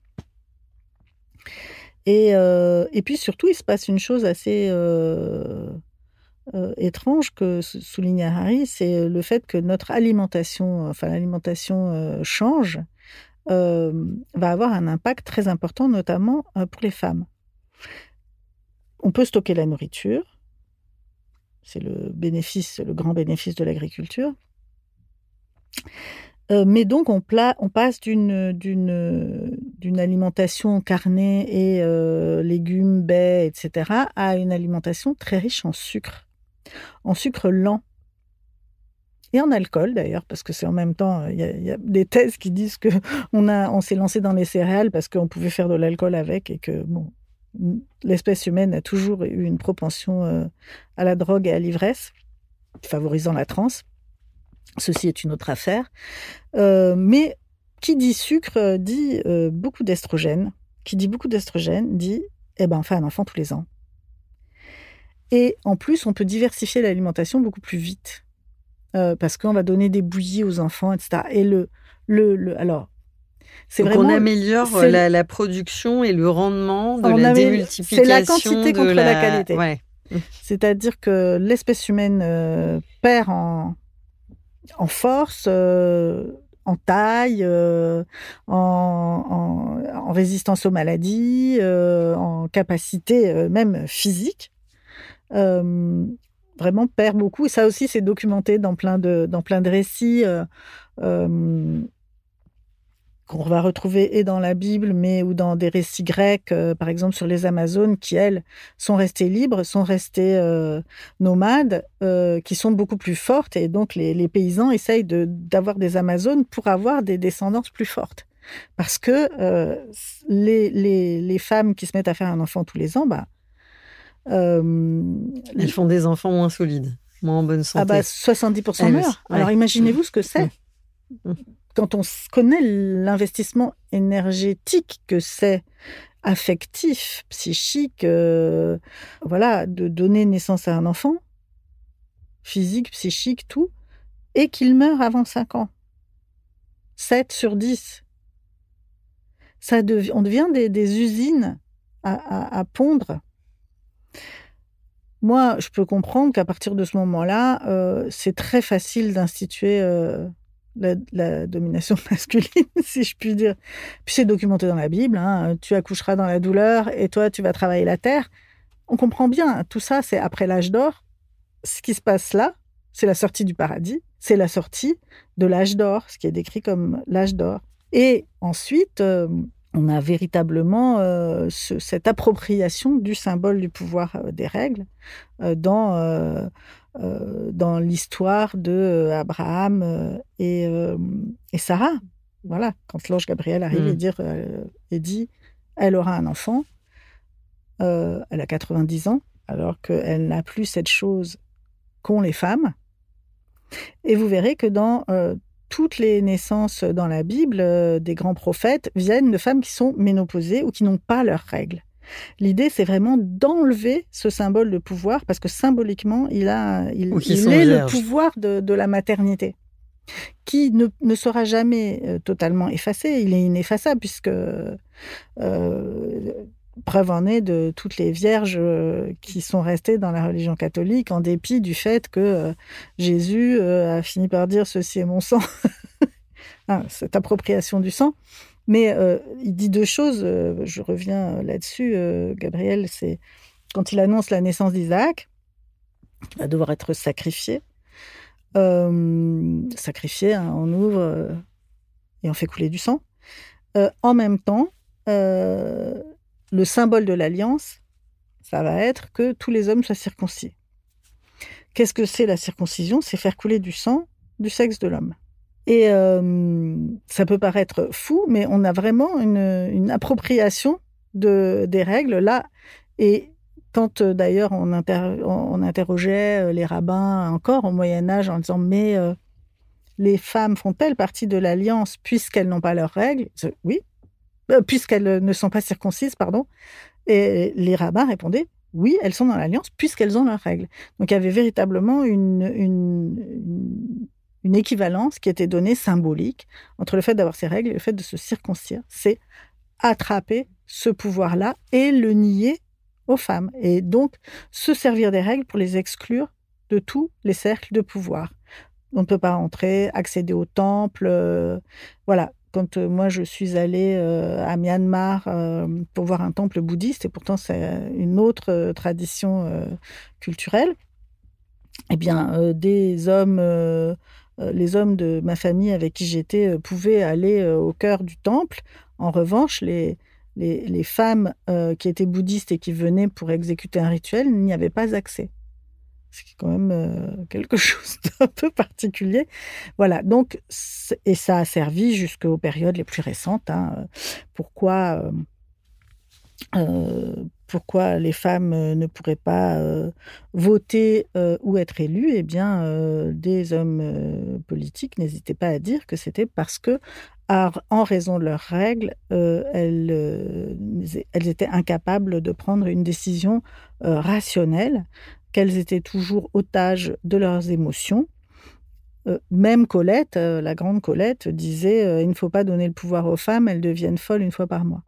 Et, euh, et puis surtout, il se passe une chose assez euh, euh, étrange que souligne Harari, c'est le fait que notre alimentation, enfin l'alimentation euh, change, euh, va avoir un impact très important, notamment euh, pour les femmes. On peut stocker la nourriture, c'est le bénéfice, le grand bénéfice de l'agriculture. Euh, mais donc, on, pla- on passe d'une, d'une, d'une alimentation carnée et euh, légumes, baies, et cetera, à une alimentation très riche en sucre, en sucre lent. Et en alcool, d'ailleurs, parce que c'est en même temps, il y, y a des thèses qui disent qu'on a, on s'est lancé dans les céréales parce qu'on pouvait faire de l'alcool avec et que, bon, l'espèce humaine a toujours eu une propension euh, à la drogue et à l'ivresse, favorisant la transe. Ceci est une autre affaire. Euh, mais qui dit sucre dit euh, beaucoup d'estrogène. Qui dit beaucoup d'estrogène dit, eh ben, on fait un enfant tous les ans. Et en plus, on peut diversifier l'alimentation beaucoup plus vite. Euh, parce qu'on va donner des bouillies aux enfants, et cetera. Et le... le, le alors, c'est Donc vraiment... on améliore c'est, la, la production et le rendement de la amé... démultiplication. C'est la quantité contre la... la qualité. Ouais. C'est-à-dire que l'espèce humaine euh, perd en... en force, euh, en taille, euh, en, en, en résistance aux maladies, euh, en capacité euh, même physique, euh, vraiment perd beaucoup. Et ça aussi, c'est documenté dans plein de, dans plein de récits euh, euh, qu'on va retrouver et dans la Bible, mais ou dans des récits grecs, euh, par exemple sur les Amazones, qui, elles, sont restées libres, sont restées euh, nomades, euh, qui sont beaucoup plus fortes. Et donc, les, les paysans essayent de, d'avoir des Amazones pour avoir des descendances plus fortes. Parce que euh, les, les, les femmes qui se mettent à faire un enfant tous les ans, bah, euh, elles font des enfants moins solides, moins en bonne santé. Ah bah, soixante-dix pour cent elles meurent. Ouais. Alors, imaginez-vous ce que c'est. Mmh. Quand on connaît l'investissement énergétique que c'est, affectif, psychique, euh, voilà, de donner naissance à un enfant, physique, psychique, tout, et qu'ils meurent avant cinq ans. sept sur dix. Ça dev- on devient des, des usines à, à, à pondre. Moi, je peux comprendre qu'à partir de ce moment-là, euh, c'est très facile d'instituer euh, la, la domination masculine, si je puis dire. Puis c'est documenté dans la Bible, hein, tu accoucheras dans la douleur et toi, tu vas travailler la terre. On comprend bien, tout ça, c'est après l'âge d'or. Ce qui se passe là, c'est la sortie du paradis, c'est la sortie de l'âge d'or, ce qui est décrit comme l'âge d'or. Et ensuite, euh, on a véritablement euh, ce, cette appropriation du symbole du pouvoir euh, des règles euh, dans, euh, euh, dans l'histoire d'Abraham euh, et, euh, et Sarah. Voilà, quand l'ange Gabriel arrive mmh. et, dire, euh, et dit « elle aura un enfant euh, », elle a quatre-vingt-dix ans, alors qu'elle n'a plus cette chose qu'ont les femmes. Et vous verrez que dans euh, toutes les naissances dans la Bible, euh, des grands prophètes viennent de femmes qui sont ménopausées ou qui n'ont pas leurs règles. L'idée, c'est vraiment d'enlever ce symbole de pouvoir, parce que symboliquement, il, a, il, il est le pouvoir de, de la maternité, qui ne, ne sera jamais euh, totalement effacé. Il est ineffaçable, puisque... Euh, preuve en est de toutes les vierges qui sont restées dans la religion catholique, en dépit du fait que Jésus a fini par dire « ceci est mon sang », hein, cette appropriation du sang. Mais euh, il dit deux choses, euh, je reviens là-dessus, euh, Gabriel, c'est quand il annonce la naissance d'Isaac, qui va devoir être sacrifié. Euh, sacrifié, hein, on ouvre euh, et on fait couler du sang. Euh, en même temps, euh, le symbole de l'alliance, ça va être que tous les hommes soient circoncis. Qu'est-ce que c'est la circoncision ? C'est faire couler du sang du sexe de l'homme. Et euh, ça peut paraître fou, mais on a vraiment une, une appropriation de, des règles là. Et quand euh, d'ailleurs on, inter, on, on interrogeait les rabbins encore au Moyen-Âge en disant « mais euh, les femmes font-elles partie de l'alliance puisqu'elles n'ont pas leurs règles ?» Oui. Puisqu'elles ne sont pas circoncises, pardon. Et les rabbins répondaient, oui, elles sont dans l'alliance puisqu'elles ont leurs règles. Donc il y avait véritablement une, une, une équivalence qui était donnée symbolique entre le fait d'avoir ces règles et le fait de se circoncire. C'est attraper ce pouvoir-là et le nier aux femmes. Et donc se servir des règles pour les exclure de tous les cercles de pouvoir. On ne peut pas entrer, accéder au temple, euh, voilà. Quand euh, moi, je suis allée euh, à Myanmar euh, pour voir un temple bouddhiste, et pourtant c'est une autre euh, tradition euh, culturelle, eh bien, euh, des hommes, euh, euh, les hommes de ma famille avec qui j'étais euh, pouvaient aller euh, au cœur du temple. En revanche, les, les, les femmes euh, qui étaient bouddhistes et qui venaient pour exécuter un rituel n'y avaient pas accès. C'est quand même euh, quelque chose d'un peu particulier. Voilà, donc, et ça a servi jusqu'aux périodes les plus récentes. Hein. Pourquoi, euh, euh, pourquoi les femmes ne pourraient pas euh, voter euh, ou être élues ? Eh bien, euh, des hommes euh, politiques n'hésitaient pas à dire que c'était parce que, en raison de leurs règles, euh, elles, euh, elles étaient incapables de prendre une décision euh, rationnelle, qu'elles étaient toujours otages de leurs émotions. Euh, même Colette, euh, la grande Colette, disait euh, « il ne faut pas donner le pouvoir aux femmes, elles deviennent folles une fois par mois ».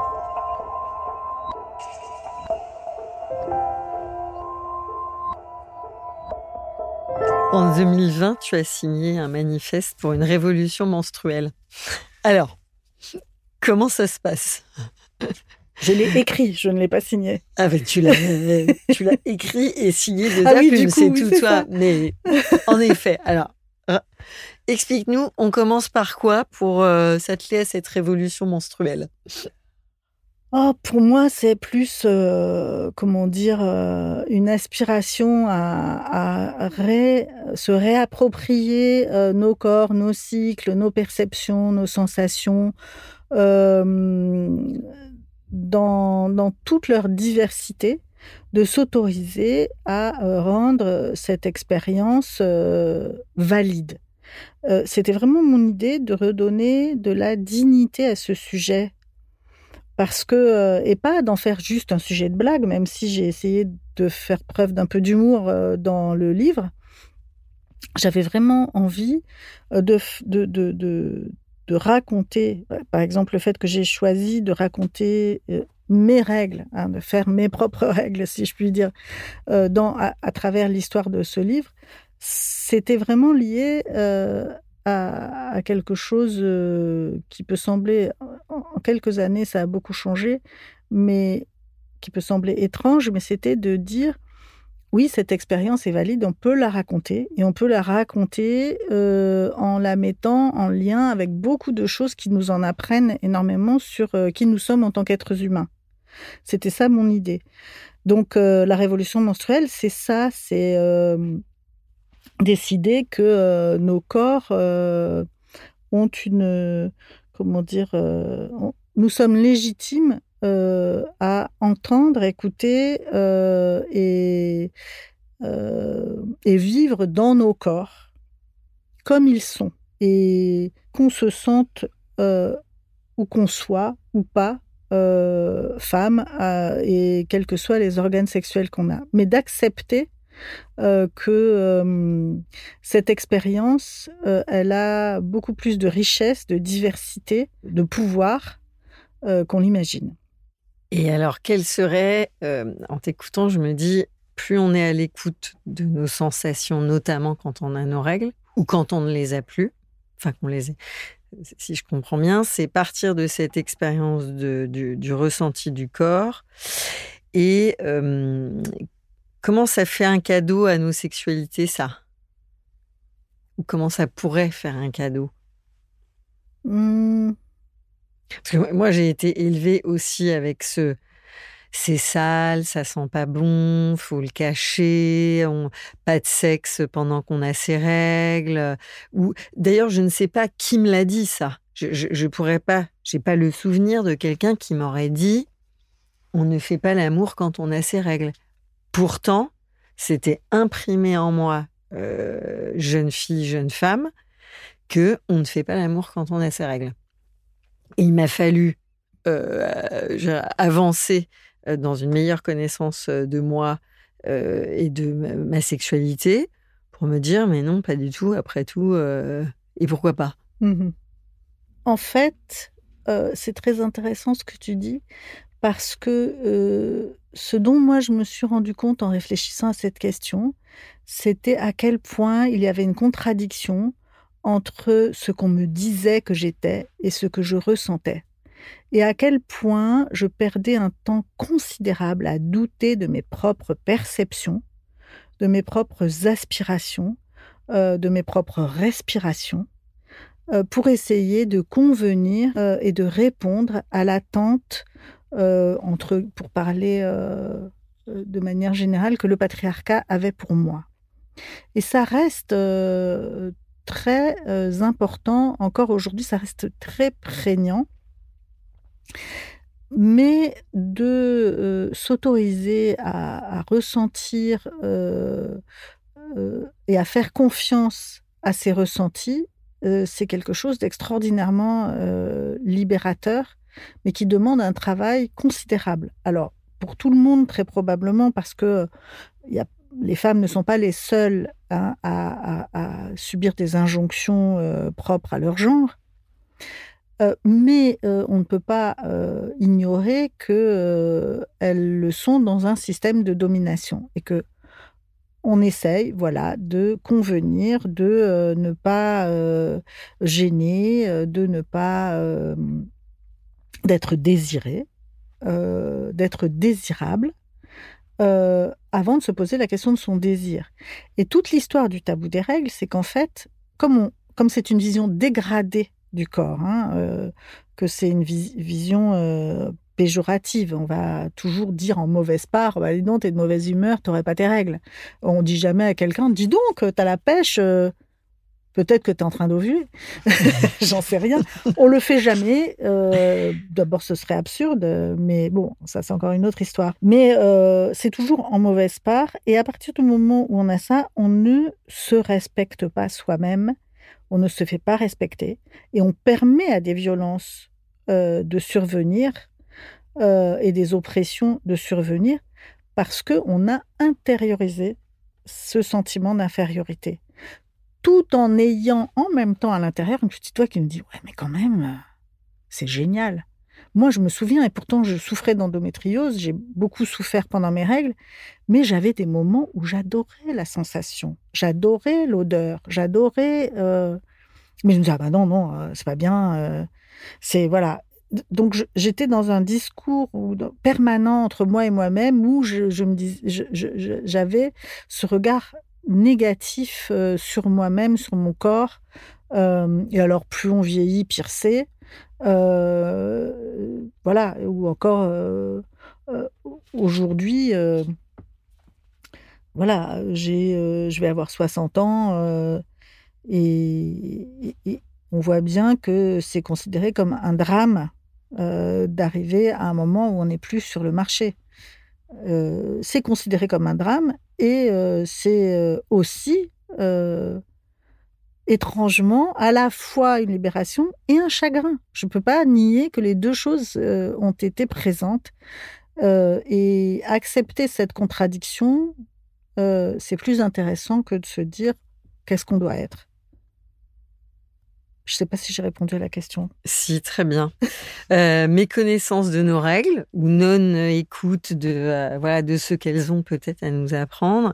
En deux mille vingt, tu as signé un manifeste pour une révolution menstruelle. Alors, comment ça se passe ? Je l'ai écrit, je ne l'ai pas signé. Ah ben tu l'as, tu l'as écrit et signé de ah oui, plume, coup, c'est oui, tout c'est toi. Ça. Mais en effet, alors, explique-nous, on commence par quoi pour euh, s'atteler à cette révolution menstruelle ? Oh, pour moi, c'est plus, euh, comment dire, euh, une aspiration à, à ré, se réapproprier euh, nos corps, nos cycles, nos perceptions, nos sensations, euh, dans, dans toute leur diversité, de s'autoriser à euh, rendre cette expérience euh, valide. Euh, c'était vraiment mon idée de redonner de la dignité à ce sujet. Parce que, euh, et pas d'en faire juste un sujet de blague, même si j'ai essayé de faire preuve d'un peu d'humour euh, dans le livre, j'avais vraiment envie de, de, de, de, de raconter, par exemple, le fait que j'ai choisi de raconter mes règles, hein, de faire mes propres règles, si je puis dire, euh, dans, à, à travers l'histoire de ce livre, c'était vraiment lié euh, à, à quelque chose euh, qui peut sembler, en, en quelques années, ça a beaucoup changé, mais qui peut sembler étrange, mais c'était de dire, oui, cette expérience est valide, on peut la raconter, et on peut la raconter euh, en la mettant en lien avec beaucoup de choses qui nous en apprennent énormément sur euh, qui nous sommes en tant qu'êtres humains. C'était ça mon idée. Donc, euh, la révolution menstruelle, c'est ça, c'est euh, décider que euh, nos corps euh, ont une... Comment dire euh, on, nous sommes légitimes euh, à entendre, écouter euh, et, euh, et vivre dans nos corps comme ils sont. Et qu'on se sente euh, ou qu'on soit ou pas euh, femme euh, et quels que soient les organes sexuels qu'on a. Mais d'accepter euh, que euh, cette expérience, euh, elle a beaucoup plus de richesse, de diversité, de pouvoir euh, qu'on l'imagine. Et alors, quelle serait, euh, en t'écoutant, je me dis, plus on est à l'écoute de nos sensations, notamment quand on a nos règles, ou quand on ne les a plus, enfin qu'on les ait, si je comprends bien, c'est partir de cette expérience de, du, du ressenti du corps et euh, comment ça fait un cadeau à nos sexualités, ça? Ou comment ça pourrait faire un cadeau? Mmh. Parce que moi, j'ai été élevée aussi avec ce... C'est sale, ça sent pas bon, faut le cacher, on... pas de sexe pendant qu'on a ses règles. Ou d'ailleurs, je ne sais pas qui me l'a dit ça. Je, je, je pourrais pas, j'ai pas le souvenir de quelqu'un qui m'aurait dit on ne fait pas l'amour quand on a ses règles. Pourtant, c'était imprimé en moi, euh, jeune fille, jeune femme, que on ne fait pas l'amour quand on a ses règles. Et il m'a fallu euh, avancer dans une meilleure connaissance de moi euh, et de ma, ma sexualité pour me dire mais non, pas du tout, après tout, euh, et pourquoi pas? Mmh. En fait, euh, c'est très intéressant ce que tu dis, parce que euh, ce dont moi je me suis rendu compte en réfléchissant à cette question, c'était à quel point il y avait une contradiction entre ce qu'on me disait que j'étais et ce que je ressentais. Et à quel point je perdais un temps considérable à douter de mes propres perceptions, de mes propres aspirations, euh, de mes propres respirations, euh, pour essayer de convenir euh, et de répondre à l'attente, euh, entre, pour parler euh, de manière générale, que le patriarcat avait pour moi. Et ça reste euh, très euh, important, encore aujourd'hui, ça reste très prégnant. Mais de euh, s'autoriser à, à ressentir euh, euh, et à faire confiance à ses ressentis, euh, c'est quelque chose d'extraordinairement euh, libérateur, mais qui demande un travail considérable. Alors, pour tout le monde, très probablement, parce que y a, les femmes ne sont pas les seules hein, à, à, à subir des injonctions euh, propres à leur genre. Euh, mais euh, on ne peut pas euh, ignorer qu'elles euh, le sont dans un système de domination et que on essaye, voilà, de convenir, de euh, ne pas euh, gêner, euh, de ne pas euh, d'être désiré, euh, d'être désirable, euh, avant de se poser la question de son désir. Et toute l'histoire du tabou des règles, c'est qu'en fait, comme, on, comme c'est une vision dégradée du corps, hein, euh, que c'est une vis- vision euh, péjorative. On va toujours dire en mauvaise part, bah, dis donc, t'es de mauvaise humeur, t'aurais pas tes règles. On dit jamais à quelqu'un, dis donc, t'as la pêche, euh, peut-être que t'es en train d'ovuler. J'en sais rien. On le fait jamais. Euh, d'abord, ce serait absurde, mais bon, ça c'est encore une autre histoire. Mais euh, c'est toujours en mauvaise part. Et à partir du moment où on a ça, on ne se respecte pas soi-même. On ne se fait pas respecter et on permet à des violences euh, de survenir euh, et des oppressions de survenir parce qu'on a intériorisé ce sentiment d'infériorité. tout en ayant en même temps à l'intérieur une petite voix qui me dit « Ouais, mais quand même, c'est génial ». Moi, je me souviens, et pourtant je souffrais d'endométriose, j'ai beaucoup souffert pendant mes règles, mais j'avais des moments où j'adorais la sensation, j'adorais l'odeur, j'adorais... Euh... Mais je me disais « Ah ben non, non, euh, c'est pas bien. Euh... » C'est, voilà. Donc, je, j'étais dans un discours où, permanent entre moi et moi-même où je, je me dis, je, je, j'avais ce regard négatif euh, sur moi-même, sur mon corps. Euh, et alors, plus on vieillit, pire c'est. Euh, voilà. Ou encore, euh, euh, aujourd'hui, euh, voilà, j'ai, euh, je vais avoir soixante ans euh, et, et, et on voit bien que c'est considéré comme un drame euh, d'arriver à un moment où on n'est plus sur le marché. Euh, c'est considéré comme un drame et euh, c'est euh, aussi euh, étrangement à la fois une libération et un chagrin. Je ne peux pas nier que les deux choses euh, ont été présentes euh, et accepter cette contradiction, euh, c'est plus intéressant que de se dire qu'est-ce qu'on doit être. Je ne sais pas si j'ai répondu à la question. Si, très bien. Euh, méconnaissance de nos règles ou non-écoute de, euh, voilà, de ce qu'elles ont peut-être à nous apprendre.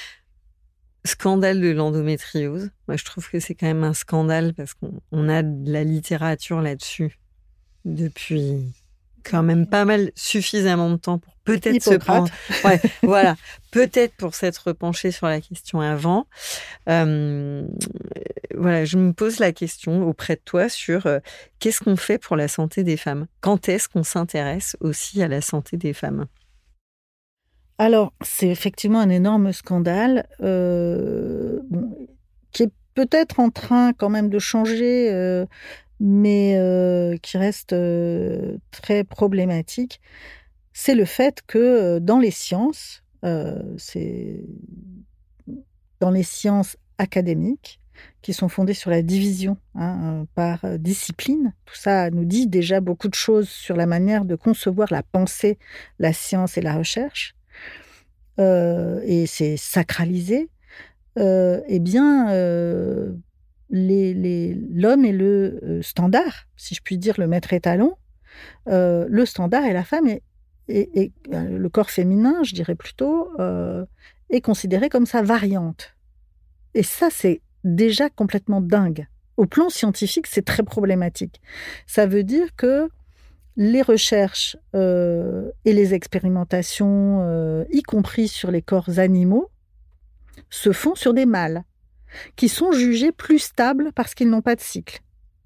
Scandale de l'endométriose. Moi, je trouve que c'est quand même un scandale parce qu'on on a de la littérature là-dessus depuis quand même pas mal, suffisamment de temps pour peut-être se prendre... Ouais, voilà. Peut-être pour s'être penché sur la question avant. Euh, voilà, je me pose la question auprès de toi sur euh, qu'est-ce qu'on fait pour la santé des femmes ? Quand est-ce qu'on s'intéresse aussi à la santé des femmes ? Alors, c'est effectivement un énorme scandale euh, bon, qui est peut-être en train quand même de changer, euh, mais euh, qui reste euh, très problématique. C'est le fait que euh, dans les sciences, euh, c'est dans les sciences académiques, qui sont fondées sur la division hein, par discipline. Tout ça nous dit déjà beaucoup de choses sur la manière de concevoir la pensée, la science et la recherche. Euh, et c'est sacralisé. Euh, eh bien, euh, les, les, l'homme est le euh, standard, si je puis dire, le maître étalon. Euh, le standard et la femme est, est, est, est le corps féminin, je dirais plutôt, euh, est considéré comme sa variante. Et ça, c'est déjà complètement dingue. Au plan scientifique, c'est très problématique. Ça veut dire que les recherches euh, et les expérimentations, euh, y compris sur les corps animaux, se font sur des mâles qui sont jugés plus stables parce qu'ils n'ont pas de cycle.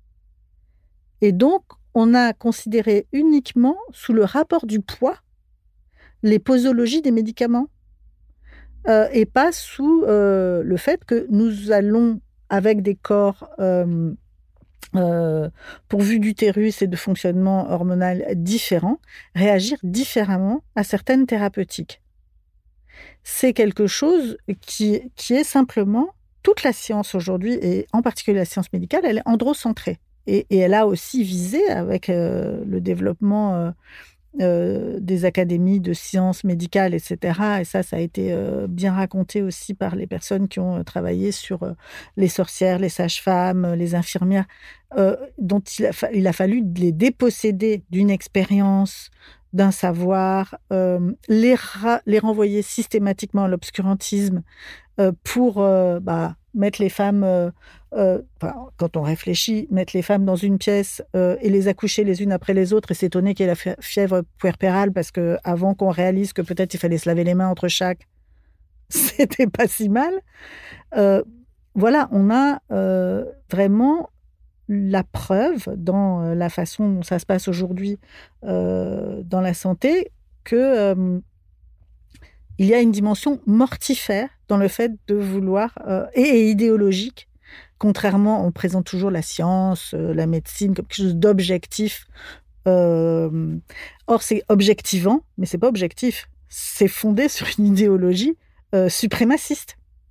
Et donc, on a considéré uniquement sous le rapport du poids les posologies des médicaments euh, et pas sous euh, le fait que nous allons, avec des corps euh, euh, pourvus d'utérus et de fonctionnement hormonal différents, réagir différemment à certaines thérapeutiques. C'est quelque chose qui, qui est simplement, toute la science aujourd'hui, et en particulier la science médicale, elle est androcentrée. Et, et elle a aussi visé, avec euh, le développement euh, euh, des académies de sciences médicales, et cetera, et ça, ça a été euh, bien raconté aussi par les personnes qui ont travaillé sur euh, les sorcières, les sages-femmes, les infirmières, euh, dont il a, fa- il a fallu les déposséder d'une expérience, d'un savoir, euh, les, ra- les renvoyer systématiquement à l'obscurantisme euh, pour euh, bah, mettre les femmes, euh, euh, enfin, quand on réfléchit, mettre les femmes dans une pièce euh, et les accoucher les unes après les autres et s'étonner qu'il y ait la fièvre puerpérale parce qu'avant qu'on réalise que peut-être il fallait se laver les mains entre chaque, c'était pas si mal. Euh, voilà, on a euh, vraiment la preuve dans la façon dont ça se passe aujourd'hui euh, dans la santé que euh, il y a une dimension mortifère dans le fait de vouloir euh, et, et idéologique. Contrairement, on présente toujours la science, euh, la médecine comme quelque chose d'objectif. Euh, or, c'est objectivant, mais c'est pas objectif. C'est fondé sur une idéologie euh, suprémaciste.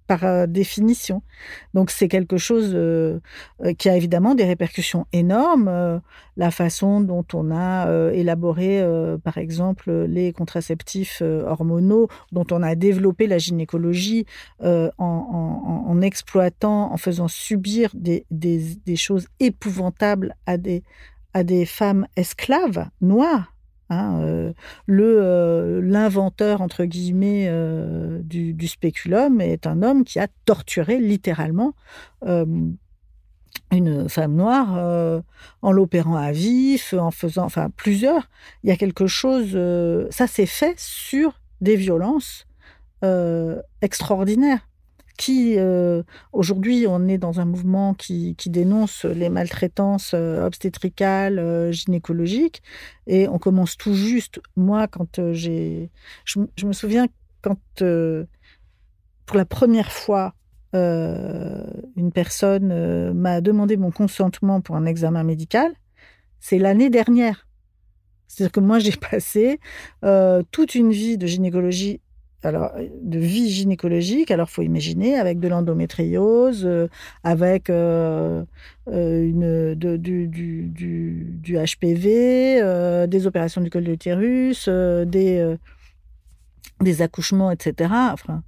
par euh, définition. Donc c'est quelque chose euh, euh, qui a évidemment des répercussions énormes. Euh, la façon dont on a euh, élaboré, euh, par exemple, les contraceptifs euh, hormonaux, dont on a développé la gynécologie euh, en, en, en exploitant, en faisant subir des, des, des choses épouvantables à des, à des femmes esclaves noires. Hein, euh, le euh, l'inventeur entre guillemets euh, du, du spéculum est un homme qui a torturé littéralement euh, une femme noire euh, en l'opérant à vif, en faisant enfin plusieurs. Il y a quelque chose, euh, ça s'est fait sur des violences euh, extraordinaires. Qui, euh, aujourd'hui, on est dans un mouvement qui, qui dénonce les maltraitances euh, obstétricales, euh, gynécologiques, et on commence tout juste. Moi, quand euh, j'ai... Je, je me souviens quand, euh, pour la première fois, euh, une personne euh, m'a demandé mon consentement pour un examen médical, c'est l'année dernière. C'est-à-dire que moi, j'ai passé euh, toute une vie de gynécologie, alors de vie gynécologique. Alors, faut imaginer avec de l'endométriose, euh, avec euh, euh, une de, du, du, du, du H P V, euh, des opérations du col de l'utérus, euh, des euh, des accouchements, et cetera. Enfin,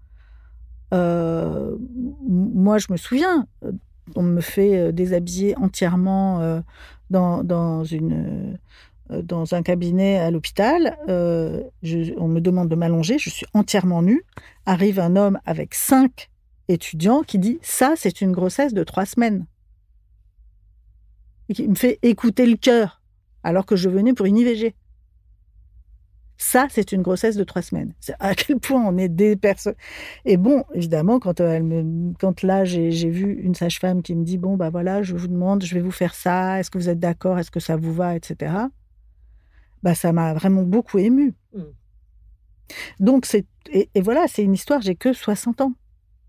euh, moi, je me souviens, on me fait déshabiller entièrement euh, dans dans une dans un cabinet à l'hôpital, euh, je, on me demande de m'allonger, je suis entièrement nue. Arrive un homme avec cinq étudiants qui dit « ça, c'est une grossesse de trois semaines ». Et qui me fait écouter le cœur, alors que je venais pour une I V G. Ça, c'est une grossesse de trois semaines. C'est à quel point on est des personnes. Et bon, évidemment, quand, elle me, quand là, j'ai, j'ai vu une sage-femme qui me dit « bon, bah voilà, je vous demande, je vais vous faire ça, est-ce que vous êtes d'accord, est-ce que ça vous va, et cetera » Bah, ça m'a vraiment beaucoup émue. Mmh. Donc, c'est, et, et voilà, c'est une histoire, j'ai que soixante ans.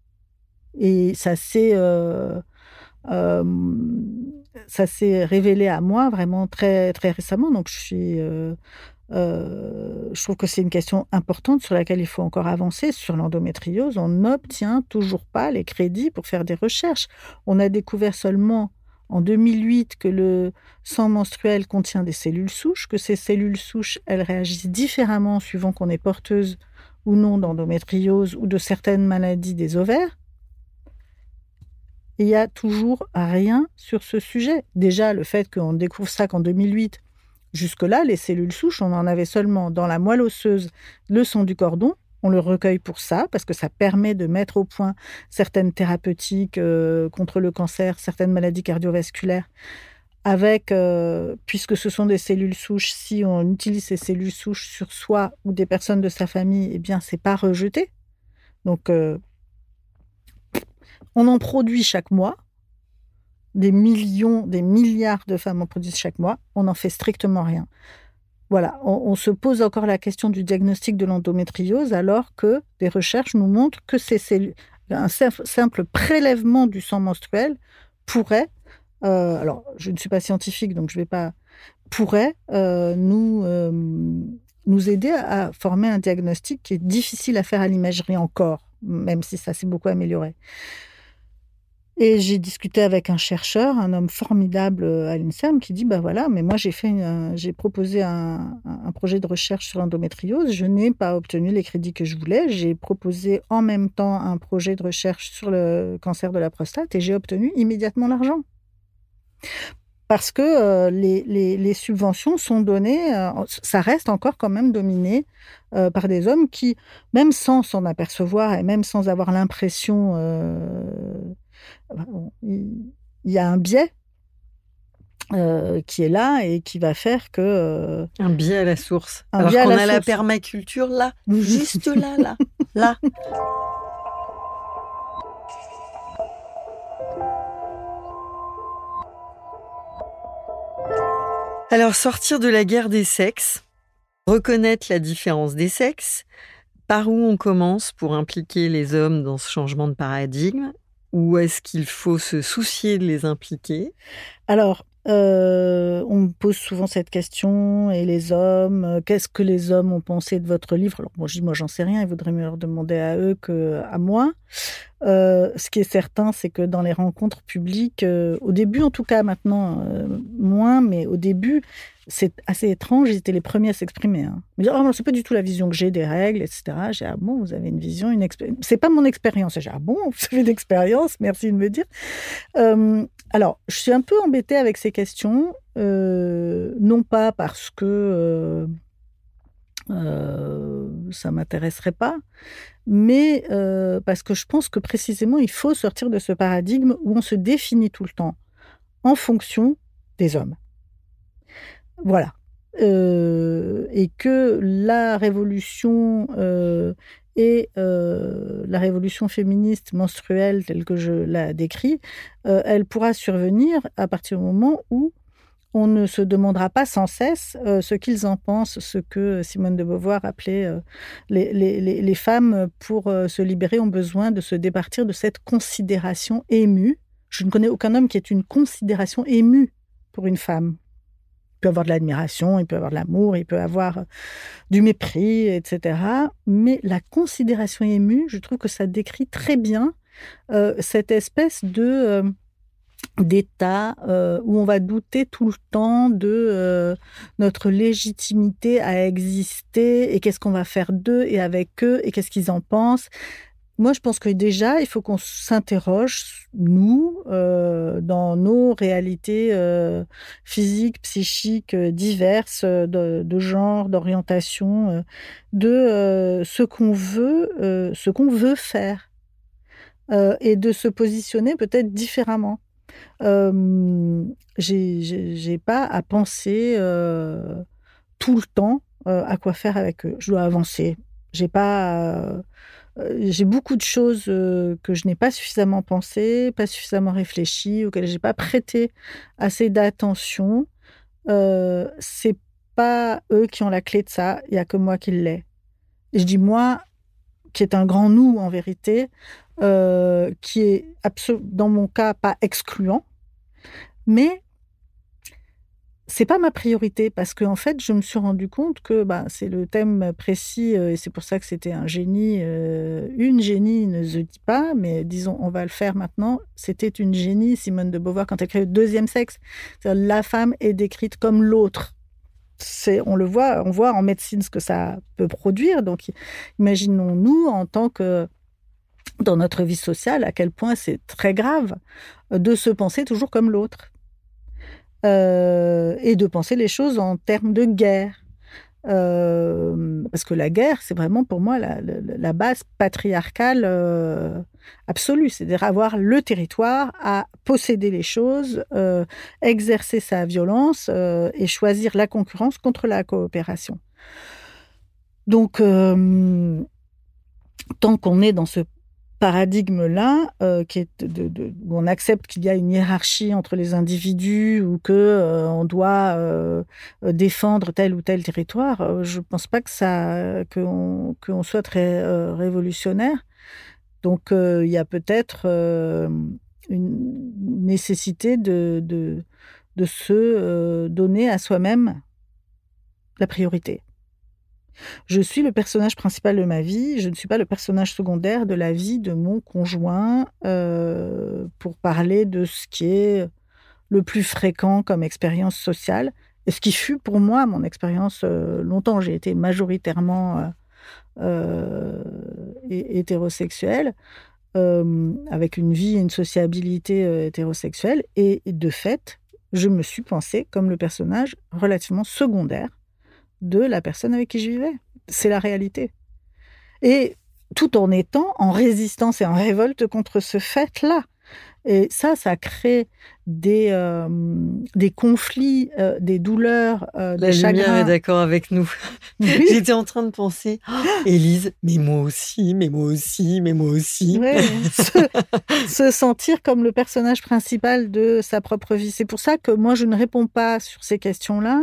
Et ça s'est, euh, euh, ça s'est révélé à moi vraiment très, très récemment. Donc, je suis, euh, euh, je trouve que c'est une question importante sur laquelle il faut encore avancer. Sur l'endométriose, on n'obtient toujours pas les crédits pour faire des recherches. On a découvert seulement en deux mille huit que le sang menstruel contient des cellules souches, que ces cellules souches, elles réagissent différemment suivant qu'on est porteuse ou non d'endométriose ou de certaines maladies des ovaires. Et il n'y a toujours rien sur ce sujet. Déjà, le fait qu'on découvre ça qu'en deux mille huit, jusque-là, les cellules souches, on en avait seulement dans la moelle osseuse, le sang du cordon. On le recueille pour ça, parce que ça permet de mettre au point certaines thérapeutiques euh, contre le cancer, certaines maladies cardiovasculaires, avec, euh, puisque ce sont des cellules souches, si on utilise ces cellules souches sur soi ou des personnes de sa famille, eh bien, c'est pas rejeté. Donc, euh, on en produit chaque mois. Des millions, des milliards de femmes en produisent chaque mois. On n'en fait strictement rien. Voilà, on, on se pose encore la question du diagnostic de l'endométriose alors que des recherches nous montrent que ces cellules, un simple prélèvement du sang menstruel pourrait, euh, alors je ne suis pas scientifique donc je ne vais pas, pourrait euh, nous, euh, nous aider à former un diagnostic qui est difficile à faire à l'imagerie encore, même si ça s'est beaucoup amélioré. Et j'ai discuté avec un chercheur, un homme formidable à l'INSERM, qui dit, bah voilà, mais moi j'ai fait, une, j'ai proposé un, un projet de recherche sur l'endométriose, je n'ai pas obtenu les crédits que je voulais, j'ai proposé en même temps un projet de recherche sur le cancer de la prostate et j'ai obtenu immédiatement l'argent. Parce que euh, les, les, les subventions sont données, euh, ça reste encore quand même dominé euh, par des hommes qui, même sans s'en apercevoir et même sans avoir l'impression... Euh, il y a un biais euh, qui est là et qui va faire que... Euh, un biais à la source. Alors qu'on a source. La permaculture là, juste là, là, là. Alors, sortir de la guerre des sexes, reconnaître la différence des sexes, par où on commence pour impliquer les hommes dans ce changement de paradigme? Ou est-ce qu'il faut se soucier de les impliquer? Alors, euh, on me pose souvent cette question, et les hommes, euh, qu'est-ce que les hommes ont pensé de votre livre? Alors, bon, je dis, moi, j'en sais rien, il vaudrait mieux leur demander à eux qu'à moi. Euh, ce qui est certain, c'est que dans les rencontres publiques, euh, au début en tout cas, maintenant euh, moins, mais au début, c'est assez étrange, ils étaient les premiers à s'exprimer. Hein. Ils me disaient, oh, c'est pas du tout la vision que j'ai des règles, et cetera. J'ai, ah bon, vous avez une vision, une expérience. C'est pas mon expérience. J'ai, ah bon, vous avez une expérience, merci de me dire. Euh, alors, je suis un peu embêtée avec ces questions, euh, non pas parce que euh, euh, ça m'intéresserait pas, mais euh, parce que je pense que précisément, il faut sortir de ce paradigme où on se définit tout le temps en fonction des hommes. Voilà. Euh, et que la révolution euh, et euh, la révolution féministe menstruelle telle que je la décris, euh, elle pourra survenir à partir du moment où on ne se demandera pas sans cesse euh, ce qu'ils en pensent, ce que Simone de Beauvoir appelait euh, les, les, les, les femmes, pour euh, se libérer, ont besoin de se départir de cette considération émue. Je ne connais aucun homme qui ait une considération émue pour une femme. Il peut avoir de l'admiration, il peut avoir de l'amour, il peut avoir du mépris, et cetera. Mais la considération émue, je trouve que ça décrit très bien euh, cette espèce de... Euh, d'état euh, où on va douter tout le temps de euh, notre légitimité à exister et qu'est-ce qu'on va faire d'eux et avec eux et qu'est-ce qu'ils en pensent. Moi, je pense que déjà, il faut qu'on s'interroge, nous, euh, dans nos réalités euh, physiques, psychiques, euh, diverses, de, de genre, d'orientation, euh, de euh, ce qu'on veut, euh, ce qu'on veut faire euh, et de se positionner peut-être différemment. Euh, j'ai, j'ai, j'ai pas à penser euh, tout le temps euh, à quoi faire avec eux. Je dois avancer. J'ai pas, euh, j'ai beaucoup de choses euh, que je n'ai pas suffisamment pensé, pas suffisamment réfléchi, auxquelles j'ai pas prêté assez d'attention. Euh, c'est pas eux qui ont la clé de ça. Il y a que moi qui l'ai. Et je dis moi, qui est un grand nous en vérité, euh, qui est absolu- dans mon cas pas excluant. Mais c'est pas ma priorité parce qu'en fait, je me suis rendu compte que bah, c'est le thème précis euh, et c'est pour ça que c'était un génie. Euh, une génie ne se dit pas, mais disons, on va le faire maintenant. C'était une génie, Simone de Beauvoir, quand elle crée le deuxième sexe. C'est-à-dire, la femme est décrite comme l'autre. C'est, on le voit, on voit en médecine ce que ça peut produire. Donc, imaginons-nous en tant que dans notre vie sociale, à quel point c'est très grave de se penser toujours comme l'autre. Euh, et de penser les choses en termes de guerre. Euh, parce que la guerre, c'est vraiment pour moi la, la, la base patriarcale euh, absolue. C'est-à-dire avoir le territoire, à posséder les choses, euh, exercer sa violence euh, et choisir la concurrence contre la coopération. Donc, euh, tant qu'on est dans ce paradigme-là, euh, qui est de, de, où on accepte qu'il y a une hiérarchie entre les individus ou que euh, on doit euh, défendre tel ou tel territoire, euh, je ne pense pas que ça, qu'on, qu'on soit très euh, révolutionnaire. Donc, euh, il y a peut-être euh, une nécessité de, de, de se euh, donner à soi-même la priorité. Je suis le personnage principal de ma vie, je ne suis pas le personnage secondaire de la vie de mon conjoint, euh, pour parler de ce qui est le plus fréquent comme expérience sociale, et ce qui fut pour moi mon expérience euh, longtemps. J'ai été majoritairement euh, euh, hétérosexuelle, euh, avec une vie et une sociabilité euh, hétérosexuelle, et, et de fait, je me suis pensée comme le personnage relativement secondaire de la personne avec qui je vivais. C'est la réalité. Et tout en étant en résistance et en révolte contre ce fait-là. Et ça, ça crée des, euh, des conflits, euh, des douleurs, euh, des chagrins. La lumière est d'accord avec nous. Oui. J'étais en train de penser, oh, Élise, mais moi aussi, mais moi aussi, mais moi aussi. Ouais, se, se sentir comme le personnage principal de sa propre vie. C'est pour ça que moi, je ne réponds pas sur ces questions-là.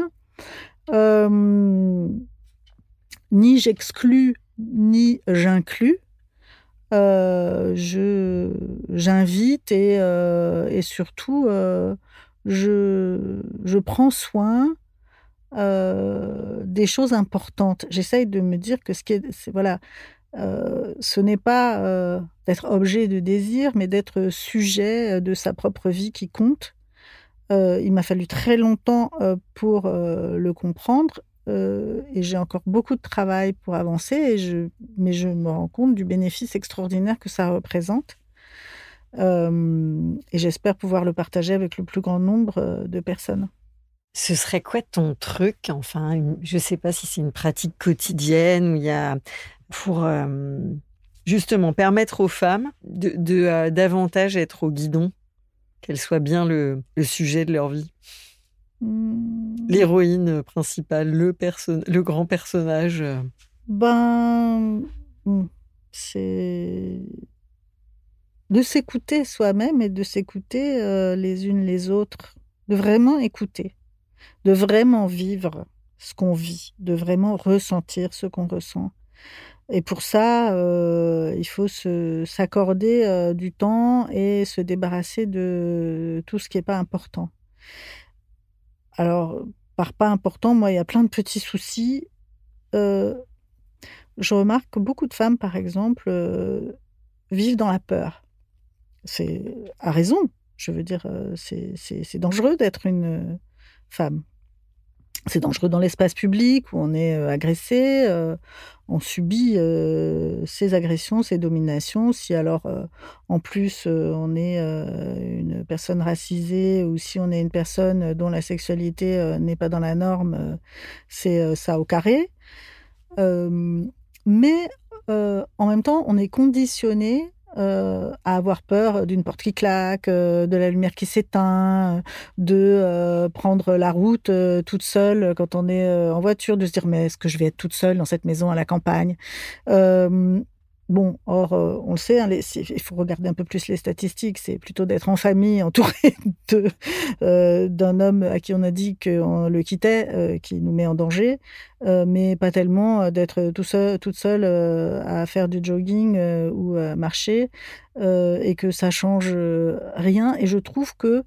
Euh, ni j'exclus, ni j'inclus. Euh, je, j'invite et, euh, et surtout, euh, je, je prends soin euh, des choses importantes. J'essaye de me dire que ce qui est, c'est, voilà, euh, ce n'est pas euh, d'être objet de désir, mais d'être sujet de sa propre vie qui compte. Euh, il m'a fallu très longtemps euh, pour euh, le comprendre euh, et j'ai encore beaucoup de travail pour avancer, et je, mais je me rends compte du bénéfice extraordinaire que ça représente. Euh, et j'espère pouvoir le partager avec le plus grand nombre euh, de personnes. Ce serait quoi ton truc, enfin, une- je ne sais pas si c'est une pratique quotidienne où il y a pour euh, justement permettre aux femmes de, de, euh, davantage être au guidon, qu'elles soient bien le, le sujet de leur vie, Hmm. l'héroïne principale, le, perso- le grand personnage. euh. Ben, hmm, c'est de s'écouter soi-même et de s'écouter euh, les unes les autres, de vraiment écouter, de vraiment vivre ce qu'on vit, de vraiment ressentir ce qu'on ressent. Et pour ça, euh, il faut se, s'accorder euh, du temps et se débarrasser de tout ce qui n'est pas important. Alors, par pas important, moi, il y a plein de petits soucis. Euh, je remarque que beaucoup de femmes, par exemple, euh, vivent dans la peur. C'est à raison. Je veux dire, euh, c'est, c'est, c'est dangereux d'être une euh, femme. C'est dangereux dans l'espace public où on est euh, agressé, euh, on subit euh, ces agressions, ces dominations. Si alors, euh, en plus, euh, on est euh, une personne racisée, ou si on est une personne dont la sexualité euh, n'est pas dans la norme, euh, c'est euh, ça au carré. Euh, mais euh, en même temps, on est conditionné euh, à avoir peur d'une porte qui claque, euh, de la lumière qui s'éteint, de euh, prendre la route euh, toute seule quand on est euh, en voiture, de se dire mais est-ce que je vais être toute seule dans cette maison à la campagne? Euh, Bon, or, euh, on le sait, hein, les- c'est- il faut regarder un peu plus les statistiques. C'est plutôt d'être en famille, entouré de, euh, d'un homme à qui on a dit qu'on le quittait, euh, qui nous met en danger, euh, mais pas tellement euh, d'être tout seul, toute seule euh, à faire du jogging euh, ou à marcher, euh, et que ça change euh, rien. Et je trouve que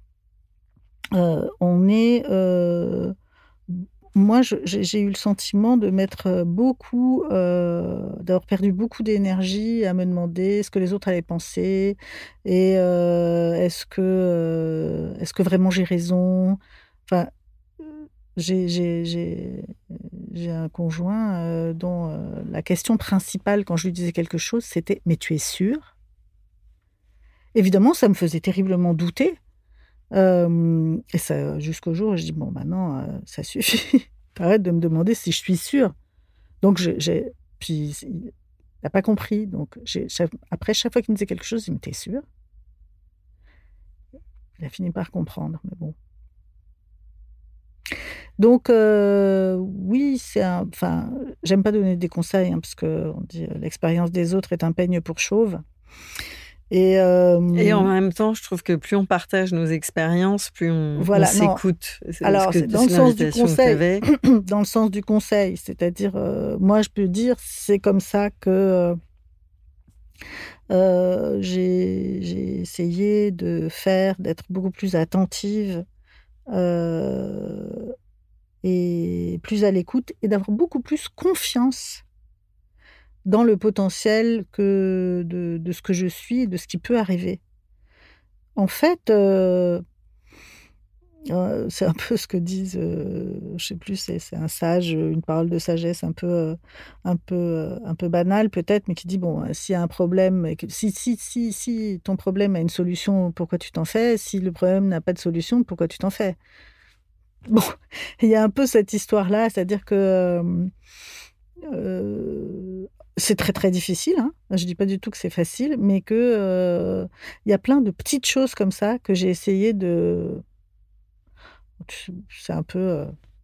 euh, on est... euh, moi, je- j'ai j'ai eu le sentiment de mettre euh, beaucoup, euh, d'avoir perdu beaucoup d'énergie à me demander ce que les autres allaient penser, et euh, est-ce que, euh, est-ce que vraiment j'ai raison? Enfin, j'ai j'ai- j'ai- j'ai un conjoint euh, dont euh, la question principale quand je lui disais quelque chose, c'était: mais tu es sûr? Évidemment, ça me faisait terriblement douter. Euh, et ça, jusqu'au jour où je dis: bon, maintenant, euh, ça suffit. Arrête de me demander si je suis sûre. Donc, je- j'ai. Puis, il n'a pas compris. Donc, j'ai, chaque- après, chaque fois qu'il me disait quelque chose, il me: t'es sûre? Il a fini par comprendre, mais bon. Donc, euh, oui, c'est un. Enfin, j'aime pas donner des conseils, hein, parce qu'on dit euh, l'expérience des autres est un peigne pour chauve. Et Et en euh, même temps, je trouve que plus on partage nos expériences, plus on, on voilà, non. s'écoute. C'est ce Alors, que c'est dans le c'est sens du l'invitation que tu conseil, avais. dans le sens du conseil, c'est-à-dire, euh, moi, je peux dire, c'est comme ça que euh, j'ai, j'ai essayé de faire, d'être beaucoup plus attentive euh, et plus à l'écoute, et d'avoir beaucoup plus confiance dans le potentiel que de, de ce que je suis, de ce qui peut arriver. En fait, euh, Euh, c'est un peu ce que disent, euh, je sais plus, c'est c'est un sage, une parole de sagesse un peu, euh, un peu, euh, un peu banale peut-être, mais qui dit bon, euh, s'il y a un problème, et que, si, si, si, si ton problème a une solution, pourquoi tu t'en fais? Si le problème n'a pas de solution, pourquoi tu t'en fais? Bon, il y a un peu cette histoire-là, c'est-à-dire que euh, euh, c'est très très difficile, hein. Je dis pas du tout que c'est facile, mais que euh, il y a plein de petites choses comme ça que j'ai essayé de, c'est un peu euh,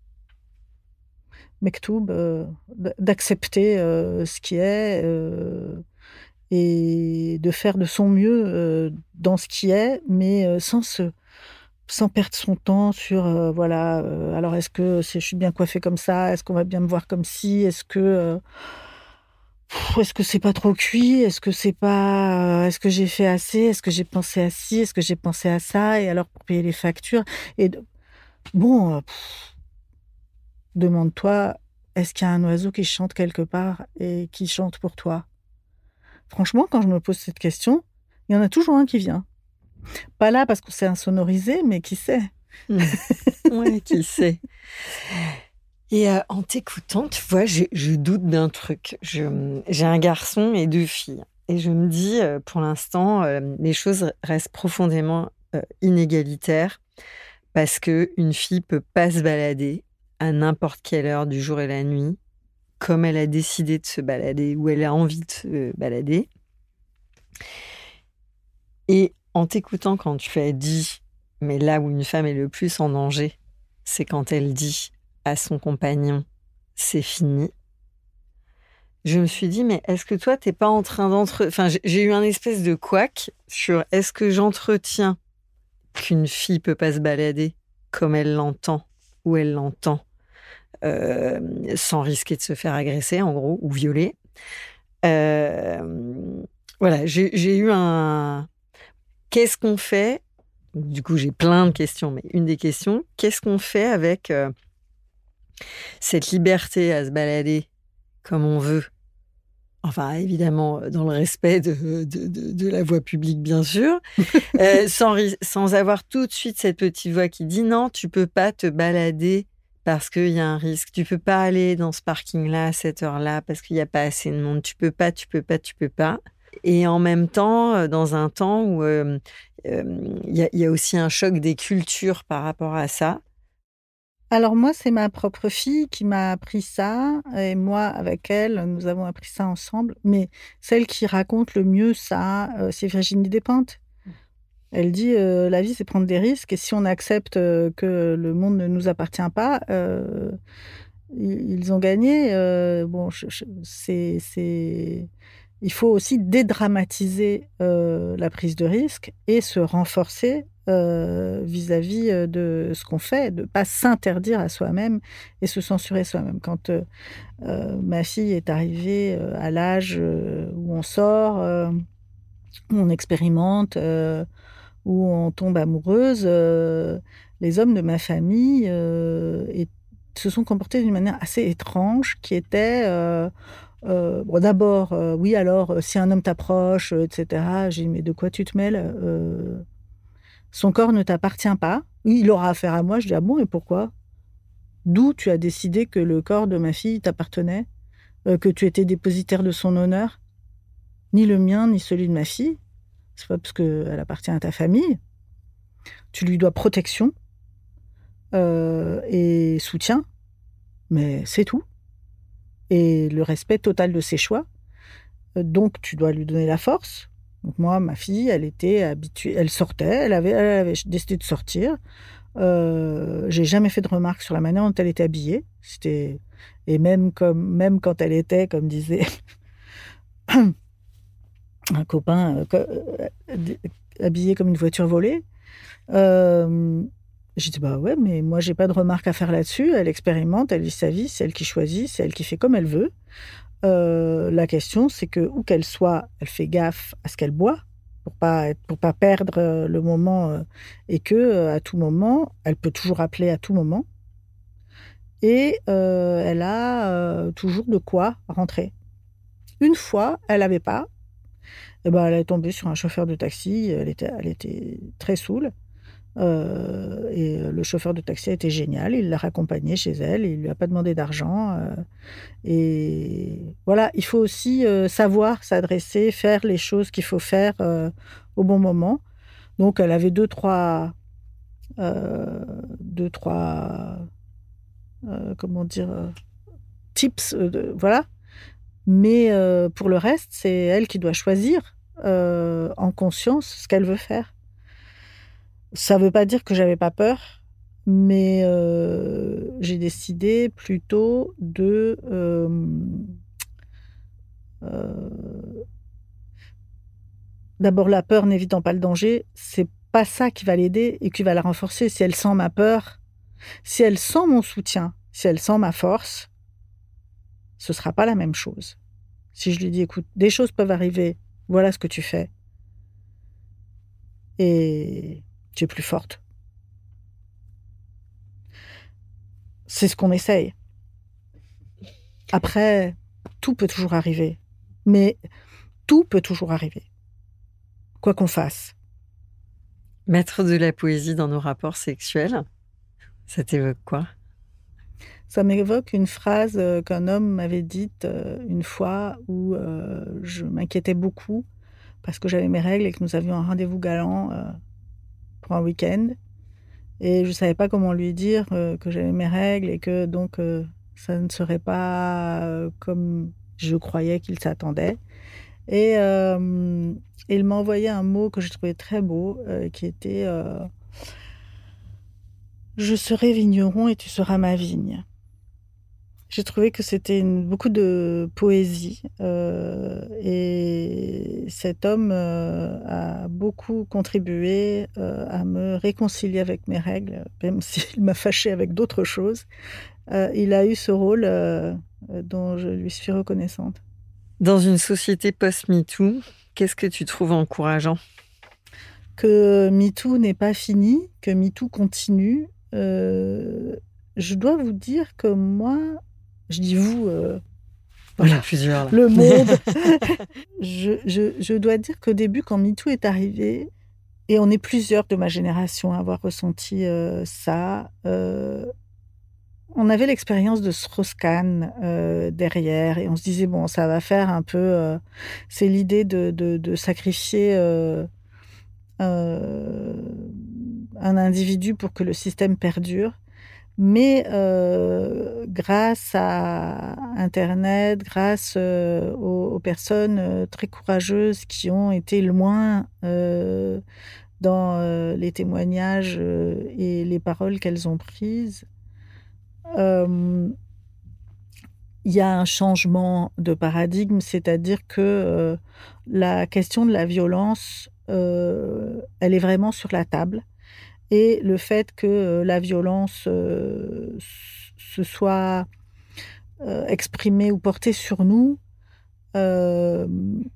mektoub, euh, d- d'accepter euh, ce qui est euh, et de faire de son mieux euh, dans ce qui est, mais euh, sans se, sans perdre son temps sur euh, voilà. Euh, alors est-ce que c'est, je suis bien coiffée comme ça? Est-ce qu'on va bien me voir comme ci? Est-ce que euh, pff, est-ce que c'est pas trop cuit? Est-ce que c'est pas euh, est-ce que j'ai fait assez? Est-ce que j'ai pensé à ci? Est-ce que j'ai pensé à ça? Et alors pour payer les factures et de- bon, euh, pff, demande-toi est-ce qu'il y a un oiseau qui chante quelque part et qui chante pour toi? Franchement, quand je me pose cette question, il y en a toujours un qui vient. Pas là parce qu'on s'est insonorisé, mais qui sait? Mmh. Ouais, qui sait? Et euh, en t'écoutant, tu vois, je, je doute d'un truc. Je, j'ai un garçon et deux filles. Et je me dis, euh, pour l'instant, euh, les choses restent profondément euh, inégalitaires parce qu'une fille peut pas se balader à n'importe quelle heure du jour et la nuit, comme elle a décidé de se balader ou elle a envie de se balader. Et en t'écoutant, quand tu as dit, mais là où une femme est le plus en danger, c'est quand elle dit à son compagnon, c'est fini. Je me suis dit, mais est-ce que toi, t'es pas en train d'entre... Enfin, j'ai eu un espèce de couac sur est-ce que j'entretiens qu'une fille peut pas se balader comme elle l'entend ou elle l'entend euh, sans risquer de se faire agresser, en gros, ou violer. Euh, voilà, j'ai, j'ai eu un... Qu'est-ce qu'on fait? Du coup, j'ai plein de questions, mais une des questions, qu'est-ce qu'on fait avec euh, cette liberté à se balader comme on veut? Enfin, évidemment, dans le respect de, de, de, de la voie publique, bien sûr, euh, sans, sans avoir tout de suite cette petite voix qui dit non, tu peux pas te balader parce qu'il y a un risque. Tu peux pas aller dans ce parking-là à cette heure-là parce qu'il n'y a pas assez de monde. Tu peux pas, tu peux pas, tu peux pas. Et en même temps, dans un temps où il euh, euh, y, y a aussi un choc des cultures par rapport à ça. Alors moi, c'est ma propre fille qui m'a appris ça, et moi, avec elle, nous avons appris ça ensemble. Mais celle qui raconte le mieux ça, euh, c'est Virginie Despentes. Elle dit euh, la vie, c'est prendre des risques, et si on accepte euh, que le monde ne nous appartient pas, euh, ils ont gagné. Euh, bon, je, je, c'est, c'est... Il faut aussi dédramatiser euh, la prise de risque et se renforcer euh, vis-à-vis de ce qu'on fait, de ne pas s'interdire à soi-même et se censurer soi-même. Quand euh, euh, ma fille est arrivée euh, à l'âge euh, où on sort, euh, où on expérimente, euh, où on tombe amoureuse, euh, les hommes de ma famille euh, et, se sont comportés d'une manière assez étrange, qui était... Euh, Euh, bon, d'abord, euh, oui, alors, euh, si un homme t'approche, euh, et cetera, j'ai dit, mais de quoi tu te mêles? euh, Son corps ne t'appartient pas. Oui, il aura affaire à moi. Je dis, ah bon, et pourquoi? D'où tu as décidé que le corps de ma fille t'appartenait, euh, que tu étais dépositaire de son honneur? Ni le mien, ni celui de ma fille. C'est pas parce qu'elle appartient à ta famille. Tu lui dois protection euh, et soutien, mais c'est tout. Et le respect total de ses choix. Donc, tu dois lui donner la force. Donc, moi, ma fille, elle était habituée, elle sortait, elle avait, elle avait décidé de sortir. Euh, j'ai jamais fait de remarques sur la manière dont elle était habillée. C'était, et même, comme, même quand elle était, comme disait un copain, euh, habillée comme une voiture volée. Euh, j'ai dit, bah ouais, mais moi, j'ai pas de remarques à faire là-dessus. Elle expérimente, elle vit sa vie, c'est elle qui choisit, c'est elle qui fait comme elle veut. Euh, la question, c'est que, où qu'elle soit, elle fait gaffe à ce qu'elle boit pour pas être, pour pas perdre le moment euh, et que euh, à tout moment, elle peut toujours appeler à tout moment. Et euh, elle a euh, toujours de quoi rentrer. Une fois, elle n'avait pas. Et ben, elle est tombée sur un chauffeur de taxi. Elle était, elle était très saoule. Euh, et le chauffeur de taxi était génial. Il l'a raccompagnée chez elle. Il lui a pas demandé d'argent. Euh, et voilà, il faut aussi euh, savoir s'adresser, faire les choses qu'il faut faire euh, au bon moment. Donc, elle avait deux, trois, euh, deux, trois, euh, comment dire, euh, tips, euh, de, voilà. Mais euh, pour le reste, c'est elle qui doit choisir euh, en conscience ce qu'elle veut faire. Ça ne veut pas dire que j'avais pas peur, mais euh, j'ai décidé plutôt de euh, euh, d'abord la peur n'évitant pas le danger, c'est pas ça qui va l'aider et qui va la renforcer. Si elle sent ma peur, si elle sent mon soutien, si elle sent ma force, ce sera pas la même chose. Si je lui dis, écoute, des choses peuvent arriver, voilà ce que tu fais, et tu es plus forte. C'est ce qu'on essaye. Après, tout peut toujours arriver. Mais tout peut toujours arriver. Quoi qu'on fasse. Mettre de la poésie dans nos rapports sexuels, ça t'évoque quoi? Ça m'évoque une phrase qu'un homme m'avait dite une fois où euh, je m'inquiétais beaucoup parce que j'avais mes règles et que nous avions un rendez-vous galant euh, pour un week-end. Et je ne savais pas comment lui dire euh, que j'avais mes règles et que donc euh, ça ne serait pas euh, comme je croyais qu'il s'attendait. Et euh, il m'a envoyé un mot que j'ai trouvé très beau, euh, qui était euh, « Je serai vigneron et tu seras ma vigne ». J'ai trouvé que c'était une, beaucoup de poésie euh, et cet homme euh, a beaucoup contribué euh, à me réconcilier avec mes règles, même s'il m'a fâchée avec d'autres choses. Euh, il a eu ce rôle euh, dont je lui suis reconnaissante. Dans une société post-MeToo, qu'est-ce que tu trouves encourageant? Que MeToo n'est pas fini, que MeToo continue. Euh, je dois vous dire que moi, je dis vous, euh, voilà, plusieurs, là. Le monde. je, je, je dois dire qu'au début, quand MeToo est arrivé, et on est plusieurs de ma génération à avoir ressenti euh, ça, euh, on avait l'expérience de Strauss-Kahn euh, derrière, et on se disait, bon, ça va faire un peu... Euh, c'est l'idée de, de, de sacrifier euh, euh, un individu pour que le système perdure. Mais euh, grâce à Internet, grâce euh, aux, aux personnes euh, très courageuses qui ont été loin euh, dans euh, les témoignages euh, et les paroles qu'elles ont prises, euh, il y a un changement de paradigme, c'est-à-dire que euh, la question de la violence, euh, elle est vraiment sur la table. Et le fait que euh, la violence euh, se soit euh, exprimée ou portée sur nous euh,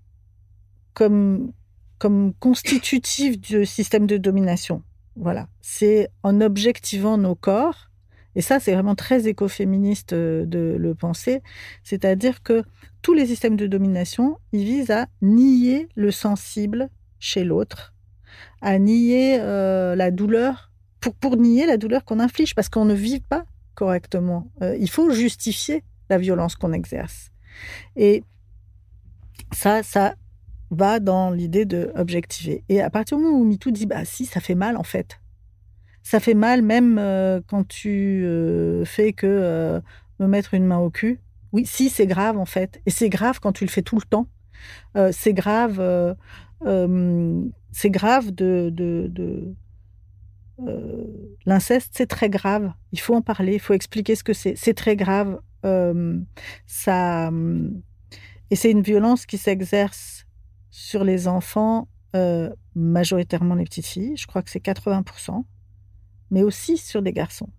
comme, comme constitutive du système de domination. Voilà. C'est en objectivant nos corps, et ça c'est vraiment très écoféministe de le penser, c'est-à-dire que tous les systèmes de domination, ils visent à nier le sensible chez l'autre, à nier euh, la douleur, pour, pour nier la douleur qu'on inflige, parce qu'on ne vit pas correctement. Euh, il faut justifier la violence qu'on exerce. Et ça, ça va dans l'idée de objectiver. Et à partir du moment où MeToo dit, bah si, ça fait mal en fait. Ça fait mal même euh, quand tu euh, fais que euh, me mettre une main au cul. Oui, si, c'est grave en fait. Et c'est grave quand tu le fais tout le temps. Euh, c'est grave... Euh, euh, c'est grave de... de, de euh, l'inceste, c'est très grave. Il faut en parler, il faut expliquer ce que c'est. C'est très grave. Euh, ça, et c'est une violence qui s'exerce sur les enfants, euh, majoritairement les petites filles. Je crois que c'est quatre-vingts pour cent, mais aussi sur des garçons.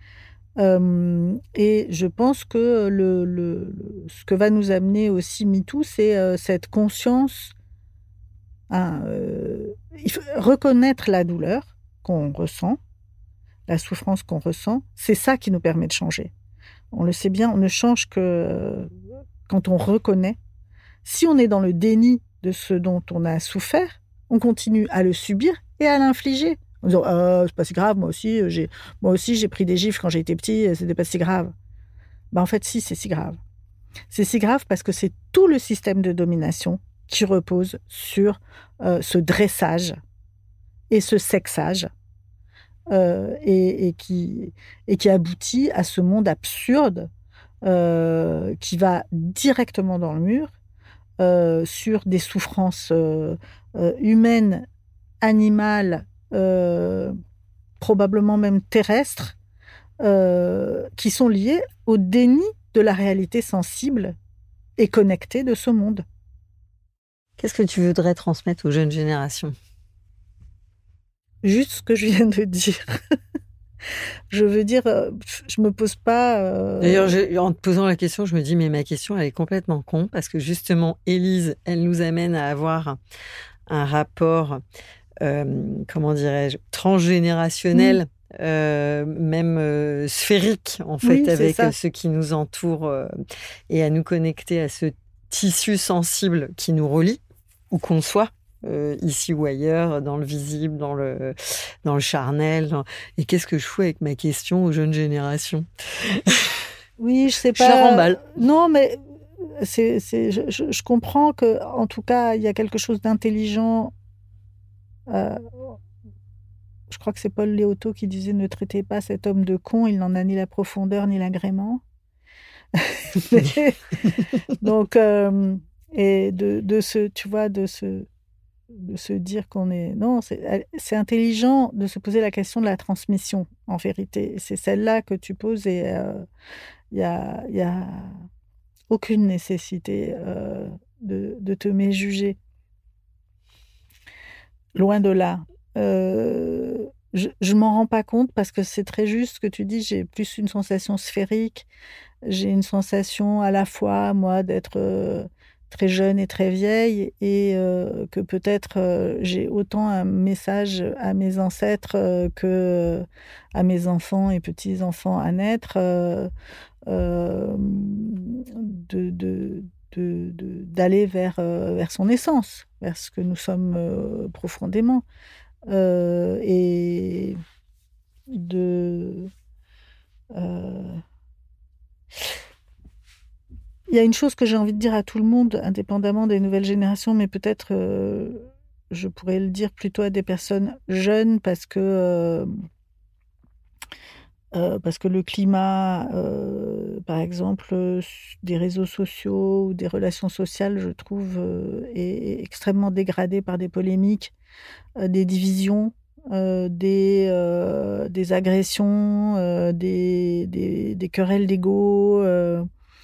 Euh, et je pense que le, le, ce que va nous amener aussi MeToo, c'est euh, cette conscience. Hein, euh, il faut reconnaître la douleur qu'on ressent, la souffrance qu'on ressent, c'est ça qui nous permet de changer. On le sait bien, on ne change que quand on reconnaît. Si on est dans le déni de ce dont on a souffert, on continue à le subir et à l'infliger. En disant euh, c'est pas si grave, moi aussi j'ai, moi aussi j'ai pris des gifles quand j'étais petit, c'était pas si grave. Ben, en fait, si, c'est si grave. C'est si grave parce que c'est tout le système de domination qui repose sur euh, ce dressage et ce sexage euh, et, et, qui, et qui aboutit à ce monde absurde euh, qui va directement dans le mur euh, sur des souffrances euh, euh, humaines, animales, euh, probablement même terrestres, euh, qui sont liées au déni de la réalité sensible et connectée de ce monde. Qu'est-ce que tu voudrais transmettre aux jeunes générations? Juste ce que je viens de dire. Je veux dire, je me pose pas... Euh... D'ailleurs, je, en te posant la question, je me dis, mais ma question, elle est complètement con, parce que justement, Élise, elle nous amène à avoir un rapport, euh, comment dirais-je, transgénérationnel mmh. euh, même euh, sphérique, en fait, Oui, c'est avec ça. ce qui nous entoure euh, et à nous connecter à ce tissu sensible qui nous relie, où qu'on soit, euh, ici ou ailleurs, dans le visible, dans le, dans le charnel. dans- Et qu'est-ce que je fous avec ma question aux jeunes générations? Oui, je sais Je la pas. remballe. Non, mais c'est, c'est, je, je- je comprends que, en tout cas, il y a quelque chose d'intelligent. euh, je crois que c'est Paul Léoto qui disait ne traitez pas cet homme de con, il n'en a ni la profondeur ni l'agrément. Donc, euh, et de, de se, tu vois, de se, de se dire qu'on est. Non, c'est, c'est intelligent de se poser la question de la transmission, en vérité. C'est celle-là que tu poses et il y a, y a aucune nécessité euh, de, de te méjuger. Loin de là. Euh, je je m'en rends pas compte parce que c'est très juste ce que tu dis. J'ai plus une sensation sphérique. J'ai une sensation à la fois, moi, d'être euh, très jeune et très vieille et euh, que peut-être euh, j'ai autant un message à mes ancêtres euh, que à mes enfants et petits-enfants à naître. euh, euh, de, de, de- de- d'aller vers, euh, vers son essence, vers ce que nous sommes euh, profondément. Euh, et de... euh, Il y a une chose que j'ai envie de dire à tout le monde, indépendamment des nouvelles générations, mais peut-être euh, je pourrais le dire plutôt à des personnes jeunes parce que euh, Euh, parce que le climat, euh, par exemple, euh, des réseaux sociaux ou des relations sociales, je trouve, euh, est extrêmement dégradé par des polémiques, euh, des divisions, euh, des, euh, des agressions, euh, des, des, des querelles d'ego, euh,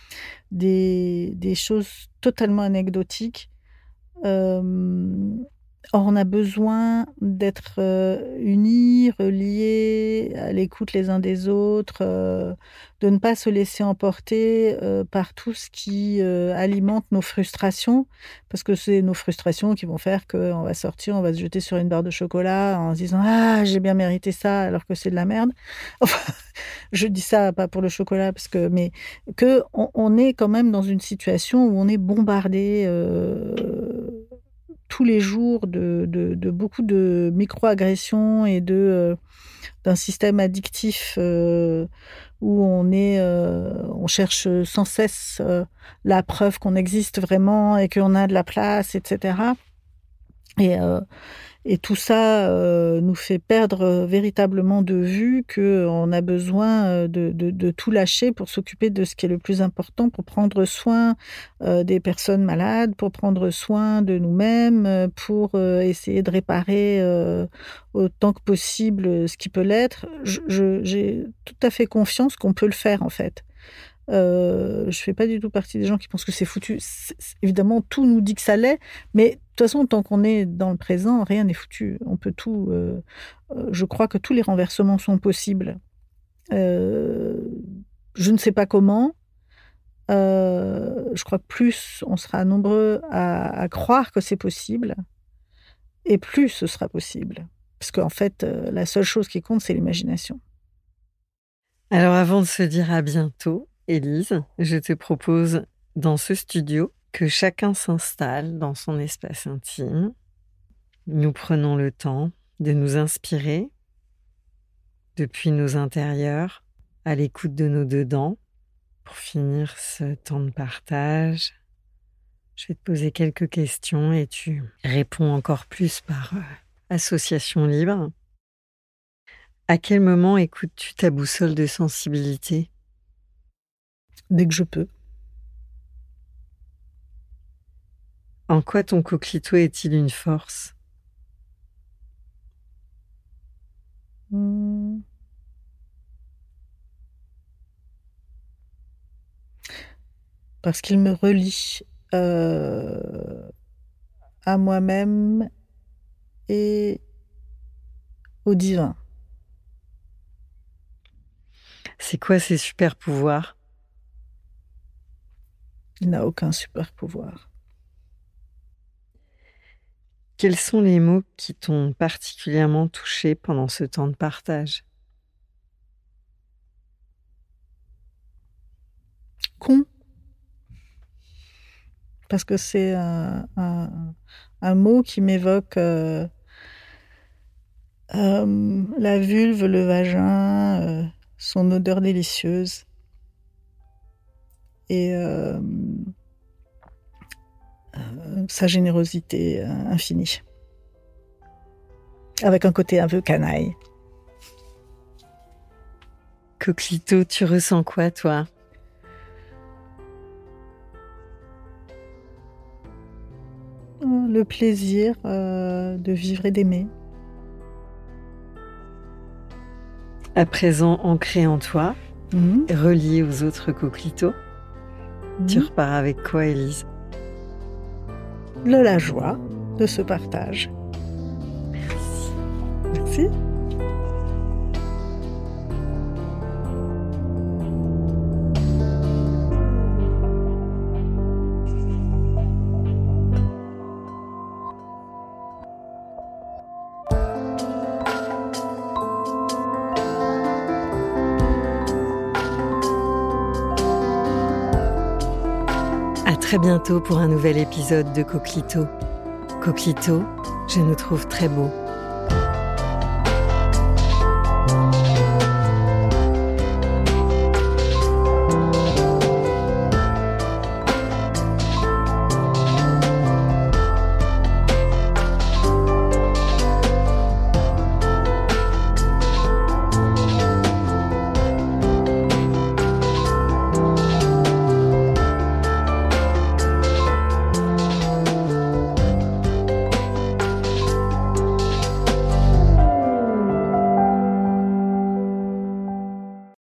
des, des choses totalement anecdotiques. Euh, Or, on a besoin d'être euh, unis, reliés, à l'écoute les uns des autres, euh, de ne pas se laisser emporter euh, par tout ce qui euh, alimente nos frustrations, parce que c'est nos frustrations qui vont faire qu'on va sortir, on va se jeter sur une barre de chocolat en se disant «Ah, j'ai bien mérité ça», alors que c'est de la merde. Enfin, je dis ça pas pour le chocolat, parce que, mais que on, on est quand même dans une situation où on est bombardé. Euh, tous les jours de, de, de beaucoup de micro-agressions et de, euh, d'un système addictif euh, où on est, euh, on cherche sans cesse euh, la preuve qu'on existe vraiment et qu'on a de la place, et cetera. Et, euh, et tout ça euh, nous fait perdre euh, véritablement de vue qu'on a besoin euh, de, de, de tout lâcher pour s'occuper de ce qui est le plus important, pour prendre soin euh, des personnes malades, pour prendre soin de nous-mêmes, euh, pour euh, essayer de réparer euh, autant que possible ce qui peut l'être. Je, je- j'ai tout à fait confiance qu'on peut le faire, en fait. Euh, je fais pas du tout partie des gens qui pensent que c'est foutu. C'est- c'est- évidemment, tout nous dit que ça l'est, mais de toute façon, tant qu'on est dans le présent, rien n'est foutu. On peut tout. Euh, euh, je crois que tous les renversements sont possibles. Euh, je ne sais pas comment. Euh, je crois que plus on sera nombreux à, à croire que c'est possible, et plus ce sera possible. Parce qu'en fait, euh, la seule chose qui compte, c'est l'imagination. Alors avant de se dire à bientôt, Élise, je te propose dans ce studio que chacun s'installe dans son espace intime. Nous prenons le temps de nous inspirer depuis nos intérieurs, à l'écoute de nos dedans. Pour finir ce temps de partage, je vais te poser quelques questions et tu réponds encore plus par euh, association libre. À quel moment écoutes-tu ta boussole de sensibilité? Dès que je peux. En quoi ton coquelicot est-il une force? Hmm. Parce qu'il me relie euh, à moi-même et au divin. C'est quoi ces super pouvoirs? Il n'a aucun super pouvoir. Quels sont les mots qui t'ont particulièrement touché pendant ce temps de partage? con, parce que c'est un, un, un mot qui m'évoque euh, euh, la vulve, le vagin, euh, son odeur délicieuse et euh, euh, sa générosité euh, infinie, avec un côté un peu canaille. Coquelito, tu ressens quoi, toi ? Le plaisir euh, de vivre et d'aimer. À présent ancré en toi, Mmh. relié aux autres coquelitos, mmh. tu repars avec quoi, Élise ? De la joie de ce partage. Merci. Merci. À très bientôt pour un nouvel épisode de Coquelito. Coquelito, je nous trouve très beaux.